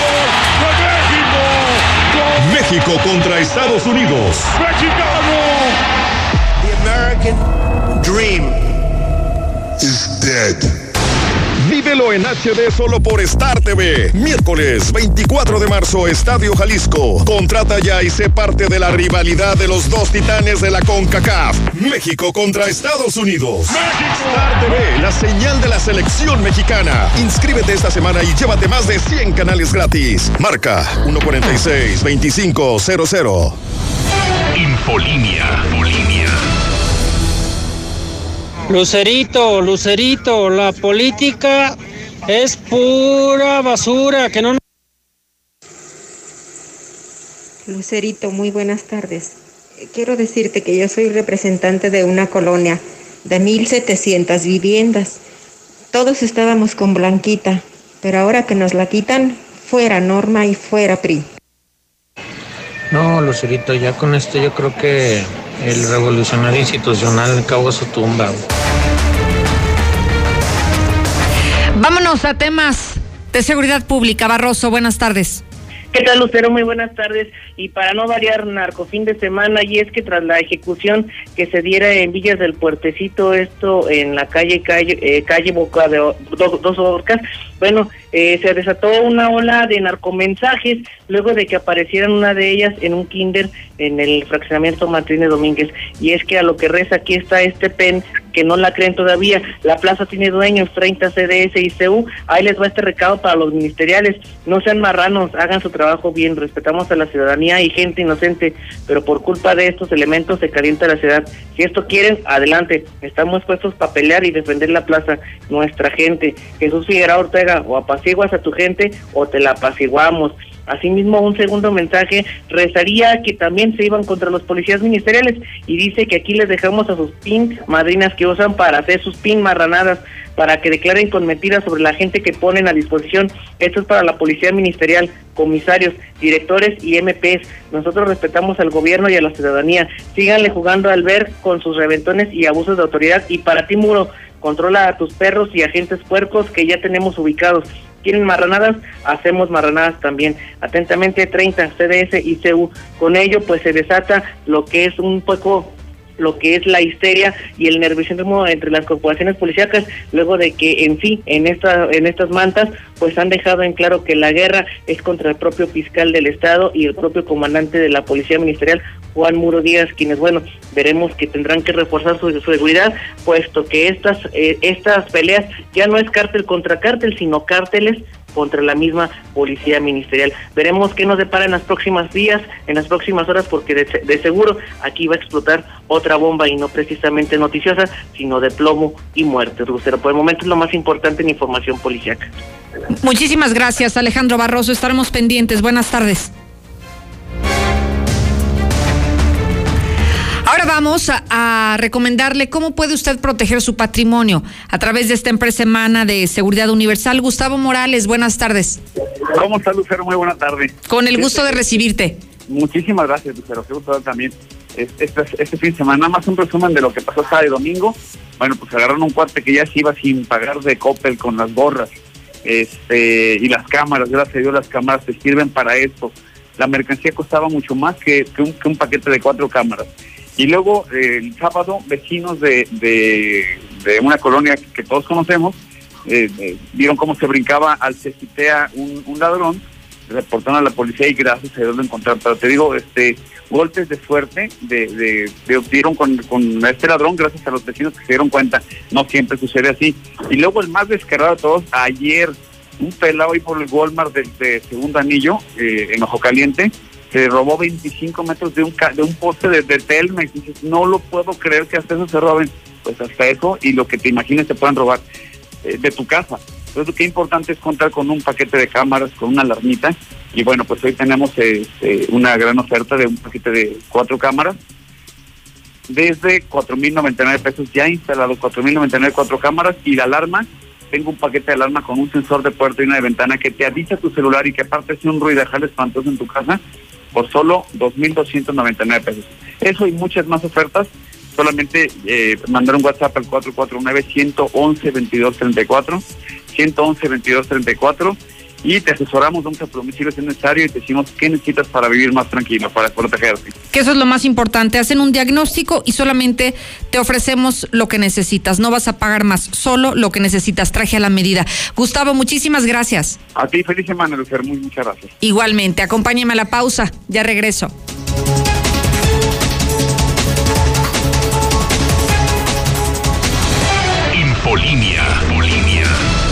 México contra Estados Unidos. ¡Mexicano! The American dream is dead. Vívelo en H D solo por Star T V. Miércoles veinticuatro de marzo, Estadio Jalisco. Contrata ya y sé parte de la rivalidad de los dos titanes de la CONCACAF. México contra Estados Unidos. ¡México! Star T V, la señal de la selección mexicana. Inscríbete esta semana y llévate más de cien canales gratis. Marca uno cuatro seis, veinticinco cero cero. Infolínea. Infolínea. Lucerito, Lucerito, la política es pura basura, que no... Lucerito, muy buenas tardes. Quiero decirte que yo soy representante de una colonia de mil setecientas viviendas. Todos estábamos con Blanquita, pero ahora que nos la quitan, fuera Norma y fuera P R I. No, Lucerito, ya con esto yo creo que el revolucionario institucional acabó su tumba. Vámonos a temas de seguridad pública. Barroso, buenas tardes. ¿Qué tal, Lucero? Muy buenas tardes. Y para no variar, narco fin de semana, y es que tras la ejecución que se diera en Villas del Puertecito, esto en la calle calle, eh, calle Boca de do, Dos Orcas, bueno, eh, se desató una ola de narcomensajes luego de que aparecieran una de ellas en un kinder en el fraccionamiento Martínez Domínguez. Y es que a lo que reza aquí está este P E N, que no la creen todavía. La plaza tiene dueños, treinta C D S y C U. Ahí les va este recado para los ministeriales: no sean marranos, hagan su trabajo bien, respetamos a la ciudadanía y gente inocente, pero por culpa de estos elementos se calienta la ciudad. Si esto quieren, adelante, estamos puestos para pelear y defender la plaza, nuestra gente. Jesús Figueroa Ortega, o apaciguas a tu gente o te la apaciguamos. Asimismo, un segundo mensaje rezaría que también se iban contra los policías ministeriales, y dice que aquí les dejamos a sus pin madrinas que usan para hacer sus pin marranadas, para que declaren con mentiras sobre la gente que ponen a disposición. Esto es para la policía ministerial, comisarios, directores y M Ps. Nosotros respetamos al gobierno y a la ciudadanía. Síganle jugando al ver con sus reventones y abusos de autoridad. Y para ti, Muro, controla a tus perros y agentes puercos que ya tenemos ubicados. ¿Quieren marranadas? Hacemos marranadas también. Atentamente, treinta C D S y C U. Con ello, pues se desata lo que es un poco... lo que es la histeria y el nerviosismo entre las corporaciones policíacas, luego de que, en fin, en esta, en estas mantas, pues han dejado en claro que la guerra es contra el propio fiscal del estado y el propio comandante de la policía ministerial, Juan Muro Díaz, quienes, bueno, veremos que tendrán que reforzar su, su seguridad, puesto que estas, eh, estas peleas ya no es cártel contra cártel, sino cárteles contra la misma policía ministerial. Veremos qué nos depara en los próximos días, en las próximas horas, porque de, de seguro aquí va a explotar otra bomba, y no precisamente noticiosa, sino de plomo y muerte. Lucero, por el momento es lo más importante en información policiaca. Muchísimas gracias, Alejandro Barroso. Estaremos pendientes. Buenas tardes. Ahora vamos a, a recomendarle cómo puede usted proteger su patrimonio a través de esta empresa Emana de Seguridad Universal. Gustavo Morales, buenas tardes. ¿Cómo está, Lucero? Muy buena tarde. Con el gusto de recibirte. Muchísimas gracias, Lucero. Qué gusto también. Este, este fin de semana, nada más un resumen de lo que pasó sábado y domingo. Bueno, pues agarraron un cuate que ya se iba sin pagar de Coppel con las gorras este y las cámaras. Gracias a Dios las cámaras te sirven para esto. La mercancía costaba mucho más que, que, un, que un paquete de cuatro cámaras. Y luego eh, el sábado, vecinos de, de, de una colonia que, que todos conocemos, eh, eh, vieron cómo se brincaba al Cecitea un, un ladrón, reportaron a la policía y gracias a Dios lo encontraron. Pero te digo, este golpes de suerte de, de, de dieron con, con este ladrón gracias a los vecinos que se dieron cuenta. No siempre sucede así. Y luego el más descarado de todos, ayer, un pelado ahí por el Walmart de, de Segundo Anillo, eh, en Ojo Caliente, se robó veinticinco metros de un ca de un poste de, de Telmex. Y dices, no lo puedo creer que hasta eso se roben. Pues hasta eso y lo que te imagines te puedan robar eh, de tu casa. Entonces, qué importante es contar con un paquete de cámaras, con una alarmita. Y bueno, pues hoy tenemos este, una gran oferta de un paquete de cuatro cámaras. Desde cuatro mil noventa y nueve pesos ya instalado, cuatro mil noventa y nueve, cuatro cámaras. Y la alarma, tengo un paquete de alarma con un sensor de puerta y una de ventana que te avisa tu celular y que aparte hace un ruidajal espantoso en tu casa por solo dos mil doscientos noventa y nueve pesos. Eso y muchas más ofertas. Solamente eh, mandar un WhatsApp al cuatro cuatro nueve, uno uno uno, veintidós treinta y cuatro, uno uno uno, veintidós treinta y cuatro, y te asesoramos, vamos a domicilio si es necesario y te decimos qué necesitas para vivir más tranquilo, para protegerte. Que eso es lo más importante, hacen un diagnóstico y solamente te ofrecemos lo que necesitas, no vas a pagar más, solo lo que necesitas, traje a la medida. Gustavo, muchísimas gracias. A ti, feliz semana, Lucero, muy, muchas gracias. Igualmente, acompáñame a la pausa, ya regreso. Infolinia. Infolinia.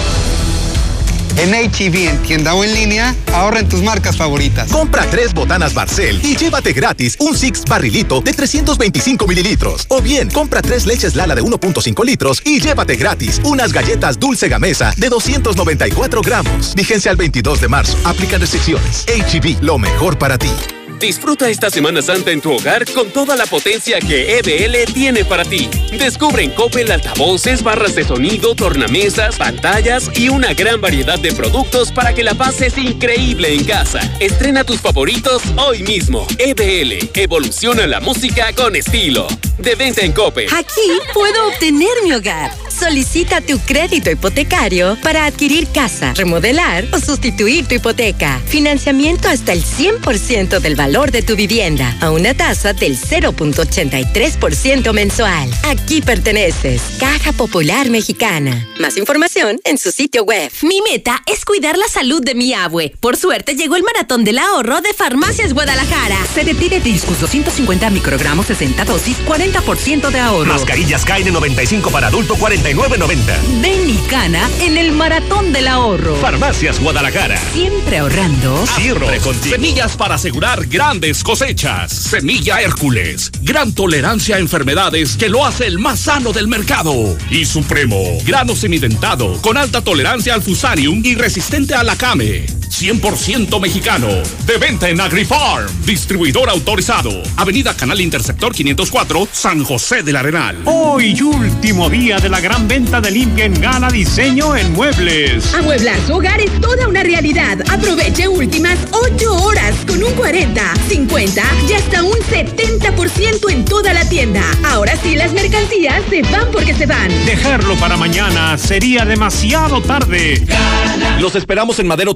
En H E B, en tienda o en línea, ahorra en tus marcas favoritas. Compra tres botanas Barcel y llévate gratis un Six barrilito de trescientos veinticinco mililitros. O bien, compra tres leches Lala de uno punto cinco litros y llévate gratis unas galletas Dulce Gamesa de doscientos noventa y cuatro gramos. Vigencia al veintidós de marzo. Aplican restricciones. H E B, lo mejor para ti. Disfruta esta Semana Santa en tu hogar con toda la potencia que E B L tiene para ti. Descubre en Coppel altavoces, barras de sonido, tornamesas, pantallas y una gran variedad de productos para que la pases increíble en casa. Estrena tus favoritos hoy mismo. E B L, evoluciona la música con estilo. De venta en Coppel. Aquí puedo obtener mi hogar. Solicita tu crédito hipotecario para adquirir casa, remodelar o sustituir tu hipoteca. Financiamiento hasta el cien por ciento del valor de tu vivienda a una tasa del cero punto ochenta y tres por ciento mensual. Aquí perteneces. Caja Popular Mexicana. Más información en su sitio web. Mi meta es cuidar la salud de mi abue. Por suerte llegó el Maratón del Ahorro de Farmacias Guadalajara. Se detiene Discus doscientos cincuenta microgramos, sesenta dosis, cuarenta por ciento de ahorro. Mascarillas K N noventa y cinco para adulto, cuarenta y nueve noventa. Ven y gana en el Maratón del Ahorro. Farmacias Guadalajara. Siempre ahorrando. Siempre contigo. Semillas para asegurar grandes cosechas. Semilla Hércules. Gran tolerancia a enfermedades que lo hace el más sano del mercado. Y Supremo. Grano semidentado con alta tolerancia al fusarium y resistente a la came. cien por ciento mexicano. De venta en AgriFarm. Distribuidor autorizado. Avenida Canal Interceptor quinientos cuatro, San José del Arenal. Hoy último día de la gran venta de limpia en Gala Diseño en Muebles. Amueblar su hogar es toda una realidad. Aproveche últimas ocho horas con un cuarenta, cincuenta y hasta un setenta por ciento en toda la tienda. Ahora sí, las mercancías se van porque se van. Dejarlo para mañana sería demasiado tarde. Los esperamos en Madero trescientos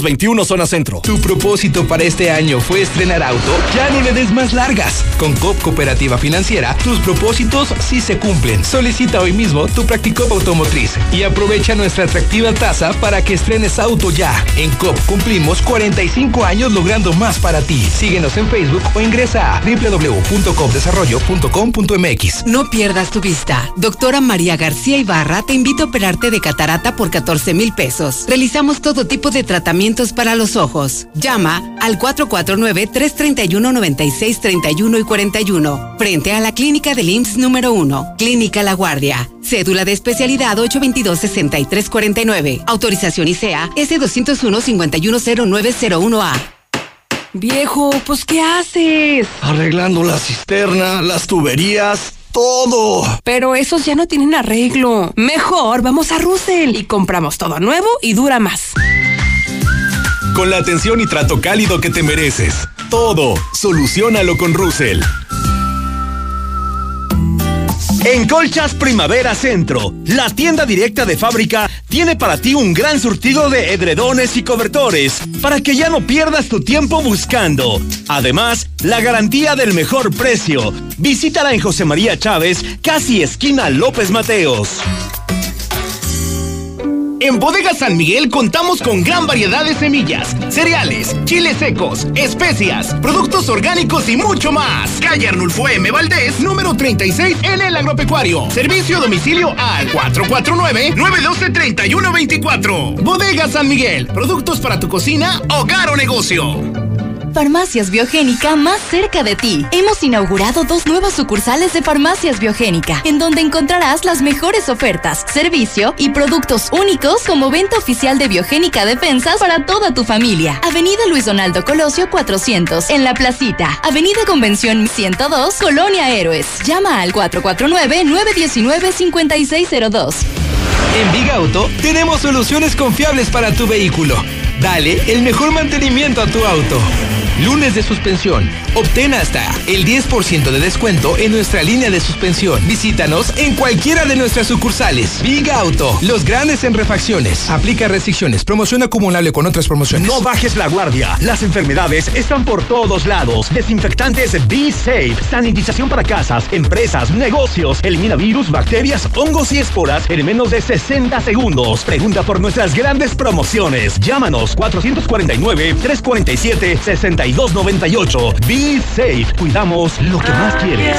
veintiuno Zona Centro. ¿Tu propósito para este año fue estrenar auto? Ya no le des más largas. Con C O P Cooperativa Financiera, tus propósitos sí se cumplen. Solicita hoy mismo tu Practicop Automotriz y aprovecha nuestra atractiva tasa para que estrenes auto ya. En C O P cumplimos cuarenta y cinco años logrando más para ti. Síguenos en Facebook o ingresa a doble u doble u doble u punto cop desarrollo punto com punto m x. No pierdas tu vista. Doctora María García Ibarra te invita a operarte de catarata por catorce mil pesos. Realizamos todo tipo de tratamientos para los ojos. Llama al cuatro cuatro nueve, tres tres uno, nueve seis tres uno y cuarenta y uno. Frente a la clínica del I M S S número uno. Clínica La Guardia. Cédula de especialidad ocho veintidós, sesenta y tres cuarenta y nueve. Autorización I C E A S doscientos uno, cincuenta y uno cero nueve cero uno A. Viejo, pues ¿qué haces? Arreglando la cisterna, las tuberías, todo. Pero esos ya no tienen arreglo. Mejor vamos a Russell y compramos todo nuevo y dura más. Con la atención y trato cálido que te mereces. Todo, soluciónalo con Russell. En Colchas Primavera Centro, la tienda directa de fábrica tiene para ti un gran surtido de edredones y cobertores para que ya no pierdas tu tiempo buscando. Además, la garantía del mejor precio. Visítala en José María Chávez, casi esquina López Mateos. En Bodega San Miguel contamos con gran variedad de semillas, cereales, chiles secos, especias, productos orgánicos y mucho más. Calle Arnulfo M. Valdés, número treinta y seis en el Agropecuario. Servicio a domicilio al cuatro cuatro nueve, nueve uno dos, tres uno dos cuatro. Bodega San Miguel, productos para tu cocina, hogar o negocio. Farmacias Biogénica más cerca de ti. Hemos inaugurado dos nuevas sucursales de Farmacias Biogénica, en donde encontrarás las mejores ofertas, servicio y productos únicos como venta oficial de Biogénica Defensas para toda tu familia. Avenida Luis Donaldo Colosio cuatrocientos, en La Placita. Avenida Convención ciento dos, Colonia Héroes. Llama al cuatro cuatro nueve, nueve uno nueve, cinco seis cero dos. En Big Auto tenemos soluciones confiables para tu vehículo. Dale el mejor mantenimiento a tu auto. Lunes de suspensión. Obtén hasta el diez por ciento de descuento en nuestra línea de suspensión. Visítanos en cualquiera de nuestras sucursales. Big Auto, los grandes en refacciones. Aplica restricciones. Promoción acumulable con otras promociones. No bajes la guardia. Las enfermedades están por todos lados. Desinfectantes Be Safe. Sanitización para casas, empresas, negocios. Elimina virus, bacterias, hongos y esporas en menos de sesenta segundos. Pregunta por nuestras grandes promociones. Llámanos cuatro cuatro nueve, tres cuatro siete, seis dos nueve ocho. Be Safe. Cuidamos lo que más quieres.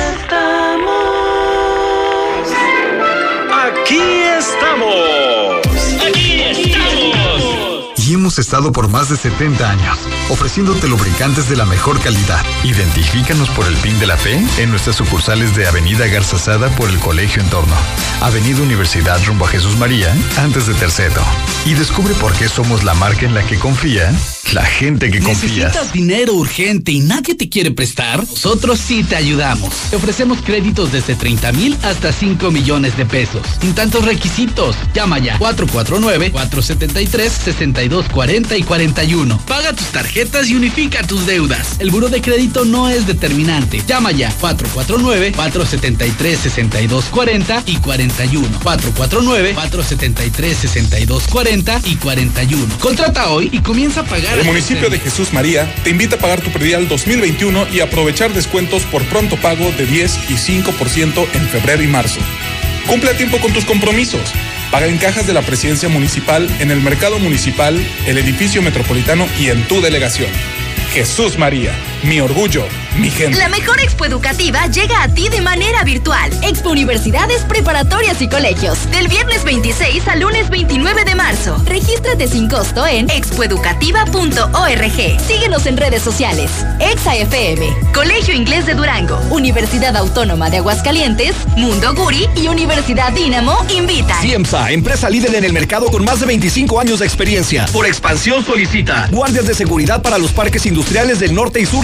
Aquí estamos. Aquí estamos. Y hemos estado por más de setenta años, ofreciéndote lubricantes de la mejor calidad. Identifícanos por el P I N de la Fe en nuestras sucursales de Avenida Garza Sada por el Colegio Entorno, Avenida Universidad rumbo a Jesús María, antes de Terceto. Y descubre por qué somos la marca en la que confía la gente que confías. ¿Necesitas dinero urgente y nadie te quiere prestar? Nosotros sí te ayudamos. Te ofrecemos créditos desde treinta mil hasta cinco millones de pesos. Sin tantos requisitos. Llama ya. cuatro cuatro nueve, cuatro siete tres, seis dos cuatro cero y cuarenta y uno. Paga tus tarjetas y unifica tus deudas. El buró de crédito no es determinante. Llama ya. cuatro cuatro nueve, cuatro siete tres, seis dos cuatro cero y cuarenta y uno. cuatro cuatro nueve, cuatro siete tres, seis dos cuatro cero y cuarenta y uno. Contrata hoy y comienza a pagar. El municipio de Jesús María te invita a pagar tu predial dos mil veintiuno y aprovechar descuentos por pronto pago de diez y cinco por ciento en febrero y marzo. Cumple a tiempo con tus compromisos. Paga en cajas de la presidencia municipal, en el mercado municipal, el edificio metropolitano y en tu delegación. Jesús María, mi orgullo, mi gente. La mejor expo educativa llega a ti de manera virtual. Expo Universidades, Preparatorias y Colegios. Del viernes veintiséis al lunes veintinueve de marzo. Regístrate sin costo en expoeducativa punto org. Síguenos en redes sociales. Exa F M, Colegio Inglés de Durango, Universidad Autónoma de Aguascalientes, Mundo Guri y Universidad Dínamo invitan. CIEMSA, empresa líder en el mercado con más de veinticinco años de experiencia. Por expansión solicita guardias de seguridad para los parques industriales del norte y sur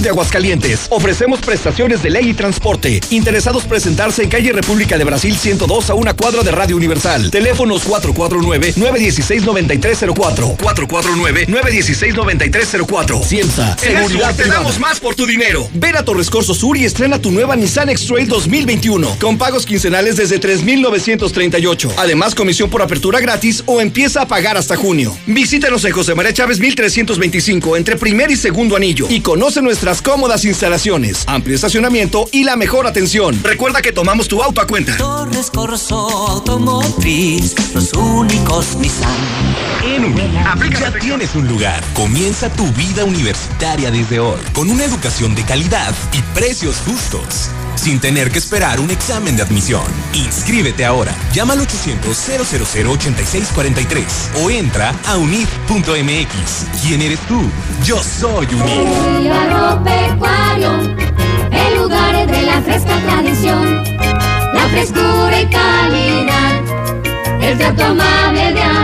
sur de Aguascalientes. Ofrecemos prestaciones de ley y transporte. Interesados presentarse en calle República de Brasil ciento dos a una cuadra de Radio Universal. Teléfonos cuatro cuatro nueve, nueve uno seis, nueve tres cero cuatro. cuatro cuatro nueve, nueve uno seis, nueve tres cero cuatro. Ciemsa, seguridad te damos más por tu dinero. Ven a Torres Corso Sur y estrena tu nueva Nissan X-Trail dos mil veintiuno con pagos quincenales desde tres mil novecientos treinta y ocho. Además, comisión por apertura gratis o empieza a pagar hasta junio. Visítanos en José María Chávez mil trescientos veinticinco entre primer y segundo anillo y conoce nuestras cómodas instalaciones, amplio estacionamiento y la mejor atención. Recuerda que tomamos tu auto a cuenta. Torres Corso Automotriz, los únicos Nissan. En U N I, ya tienes un lugar. Comienza tu vida universitaria desde hoy, con una educación de calidad y precios justos, sin tener que esperar un examen de admisión. Inscríbete ahora. Llama al ochocientos, cero cero cero, ochenta y seis cuarenta y tres o entra a unid punto m x. ¿Quién eres tú? Yo soy UNID. El agropecuario, el lugar de la fresca tradición, la frescura y calidad, el trato amable de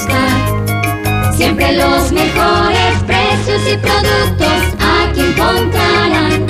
amistad, siempre los mejores precios y productos aquí encontrarán.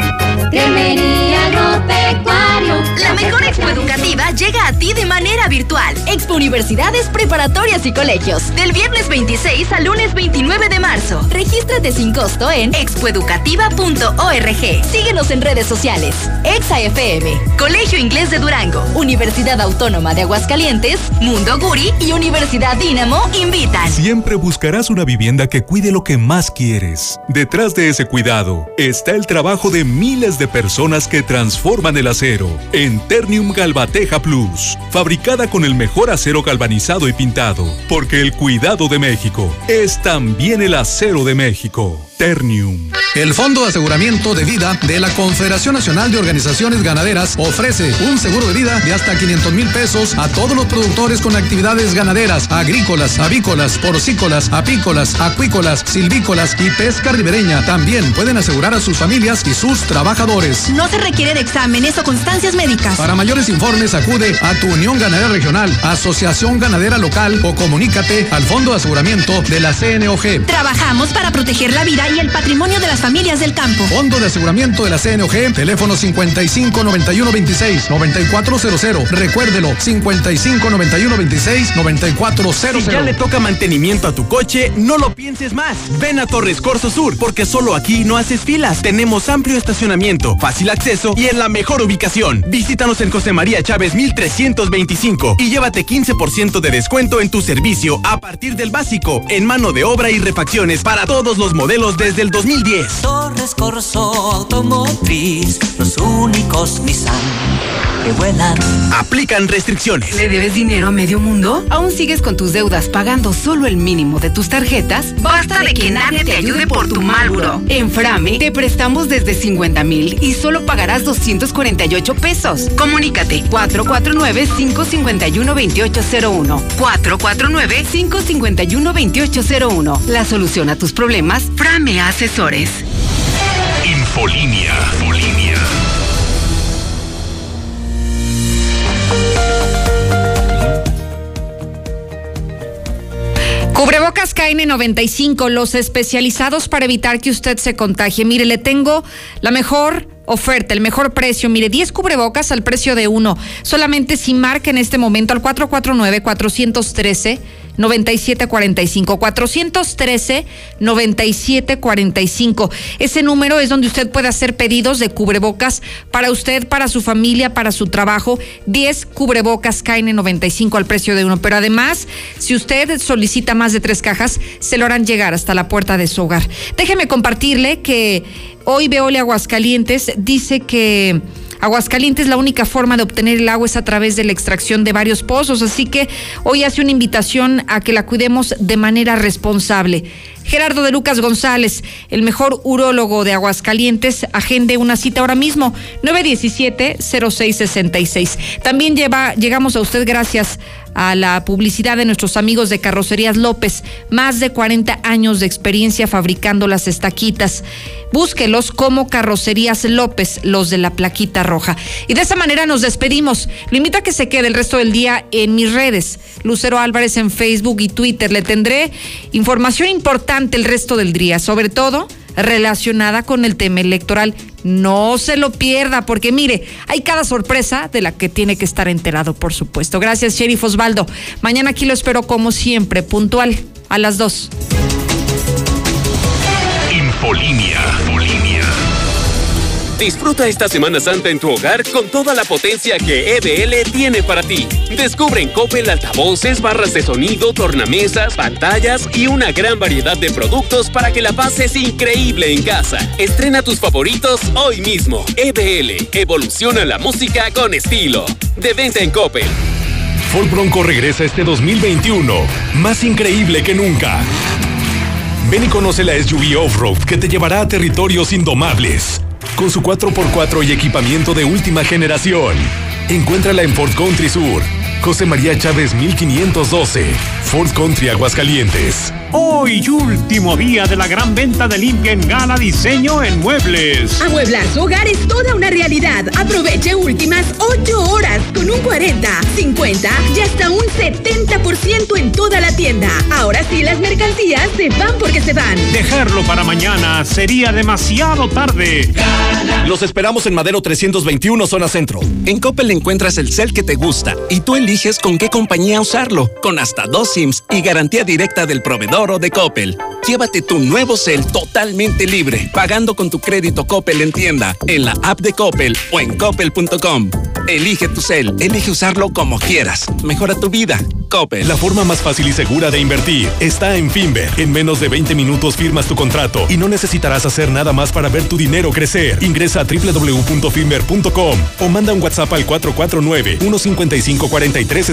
Cremería Agropecuario. La mejor expo educativa llega a ti de manera virtual. Expo Universidades, Preparatorias y Colegios. Del viernes veintiséis al lunes veintinueve de marzo. Regístrate sin costo en expoeducativa punto org. Síguenos en redes sociales. Exa F M, Colegio Inglés de Durango, Universidad Autónoma de Aguascalientes, Mundo Guri y Universidad Dínamo invitan. Siempre buscarás una vivienda que cuide lo que más quieres. Detrás de ese cuidado está el trabajo de miles de personas que transforman el acero en Ternium Galvateja Plus, fabricada con el mejor acero galvanizado y pintado, porque el cuidado de México es también el acero de México. Ternium. El Fondo de Aseguramiento de Vida de la Confederación Nacional de Organizaciones Ganaderas ofrece un seguro de vida de hasta quinientos mil pesos a todos los productores con actividades ganaderas, agrícolas, avícolas, porcícolas, apícolas, acuícolas, silvícolas y pesca ribereña. También pueden asegurar a sus familias y sus trabajadores. No se requiere de exámenes o constancias médicas. Para mayores informes acude a tu Unión Ganadera Regional, Asociación Ganadera Local o comunícate al Fondo de Aseguramiento de la C N O G. Trabajamos para proteger la vida y el patrimonio de las familias del campo. Fondo de Aseguramiento de la C N O G, teléfono cincuenta y cinco, noventa y uno, veintiséis, noventa y cuatro cero cero. Recuérdelo, cincuenta y cinco, noventa y uno, veintiséis, noventa y cuatro cero cero. Si ya le toca mantenimiento a tu coche, no lo pienses más. Ven a Torres Corso Sur, porque solo aquí no haces filas. Tenemos amplio estacionamiento, fácil acceso y en la mejor ubicación. Visítanos en José María Chávez mil trescientos veinticinco y llévate quince por ciento de descuento en tu servicio a partir del básico, en mano de obra y refacciones para todos los modelos desde el dos mil diez. Torres Corso Automotriz, los únicos Nissan que vuelan. Aplican restricciones. ¿Le debes dinero a medio mundo? ¿Aún sigues con tus deudas pagando solo el mínimo de tus tarjetas? Basta de que nadie te ayude por tu mal buro. En Frame te prestamos desde cincuenta mil y solo pagarás doscientos cuarenta y ocho pesos. Comunícate cuatro cuatro nueve, cinco cinco uno, dos ocho cero uno. cuatro cuatro nueve, cinco cinco uno, dos ocho cero uno. La solución a tus problemas, Frame Asesores. Infolínea. Infolínea. Cubrebocas K N noventa y cinco, los especializados para evitar que usted se contagie. Mire, le tengo la mejor oferta, el mejor precio. Mire, diez cubrebocas al precio de uno. Solamente si marca en este momento al cuatro cuatro nueve, cuatro uno tres, nueve siete cuatro cinco. cuatro uno tres, nueve siete cuatro cinco. Ese número es donde usted puede hacer pedidos de cubrebocas para usted, para su familia, para su trabajo. diez cubrebocas K N noventa y cinco al precio de uno. Pero además, si usted solicita más de tres cajas, se lo harán llegar hasta la puerta de su hogar. Déjeme compartirle que hoy Veolia Aguascalientes dice que Aguascalientes, la única forma de obtener el agua es a través de la extracción de varios pozos, así que hoy hace una invitación a que la cuidemos de manera responsable. Gerardo de Lucas González, el mejor urólogo de Aguascalientes, agende una cita ahora mismo, nueve uno siete, cero seis seis seis. También lleva, llegamos a usted gracias a la publicidad de nuestros amigos de Carrocerías López, más de cuarenta años de experiencia fabricando las estaquitas. Búsquelos como Carrocerías López, los de la plaquita roja. Y de esa manera nos despedimos. Lo invito a que se quede el resto del día en mis redes. Lucero Álvarez en Facebook y Twitter. Le tendré información importante el resto del día, sobre todo relacionada con el tema electoral. No se lo pierda, porque mire, hay cada sorpresa de la que tiene que estar enterado, por supuesto. Gracias, Sheriff Osvaldo. Mañana aquí lo espero como siempre, puntual, a las dos. Infolinia. Infolinia. Disfruta esta Semana Santa en tu hogar con toda la potencia que E B L tiene para ti. Descubre en Coppel altavoces, barras de sonido, tornamesas, pantallas y una gran variedad de productos para que la pases increíble en casa. Estrena tus favoritos hoy mismo. E B L, evoluciona la música con estilo. De venta en Coppel. Ford Bronco regresa este dos mil veintiuno, más increíble que nunca. Ven y conoce la S U V Off-Road que te llevará a territorios indomables. Con su cuatro por cuatro y equipamiento de última generación. Encuéntrala en Ford Country Sur, José María Chávez mil quinientos doce, Ford Country Aguascalientes. Hoy, último día de la gran venta de limpia en Gala Diseño en Muebles. Amueblar su hogar es toda una realidad. Aproveche últimas ocho horas con un cuarenta, cincuenta y hasta un setenta por ciento en toda la tienda. Ahora sí, las mercancías se van porque se van. Dejarlo para mañana sería demasiado tarde. Los esperamos en Madero trescientos veintiuno, zona centro. En Coppel encuentras el cel que te gusta y tú eliges con qué compañía usarlo, con hasta dos SIMs y garantía directa del proveedor o de Coppel. Llévate tu nuevo cel totalmente libre, pagando con tu crédito Coppel en tienda, en la app de Coppel o en coppel punto com. Elige tu cel, elige usarlo como quieras. Mejora tu vida. Coppel. La forma más fácil y segura de invertir está en Finver. En menos de veinte minutos firmas tu contrato y no necesitarás hacer nada más para ver tu dinero crecer. Ingresa a doble u doble u doble u punto finver punto com o manda un WhatsApp al cuatro cuatro nueve, uno cinco cinco, cuatro tres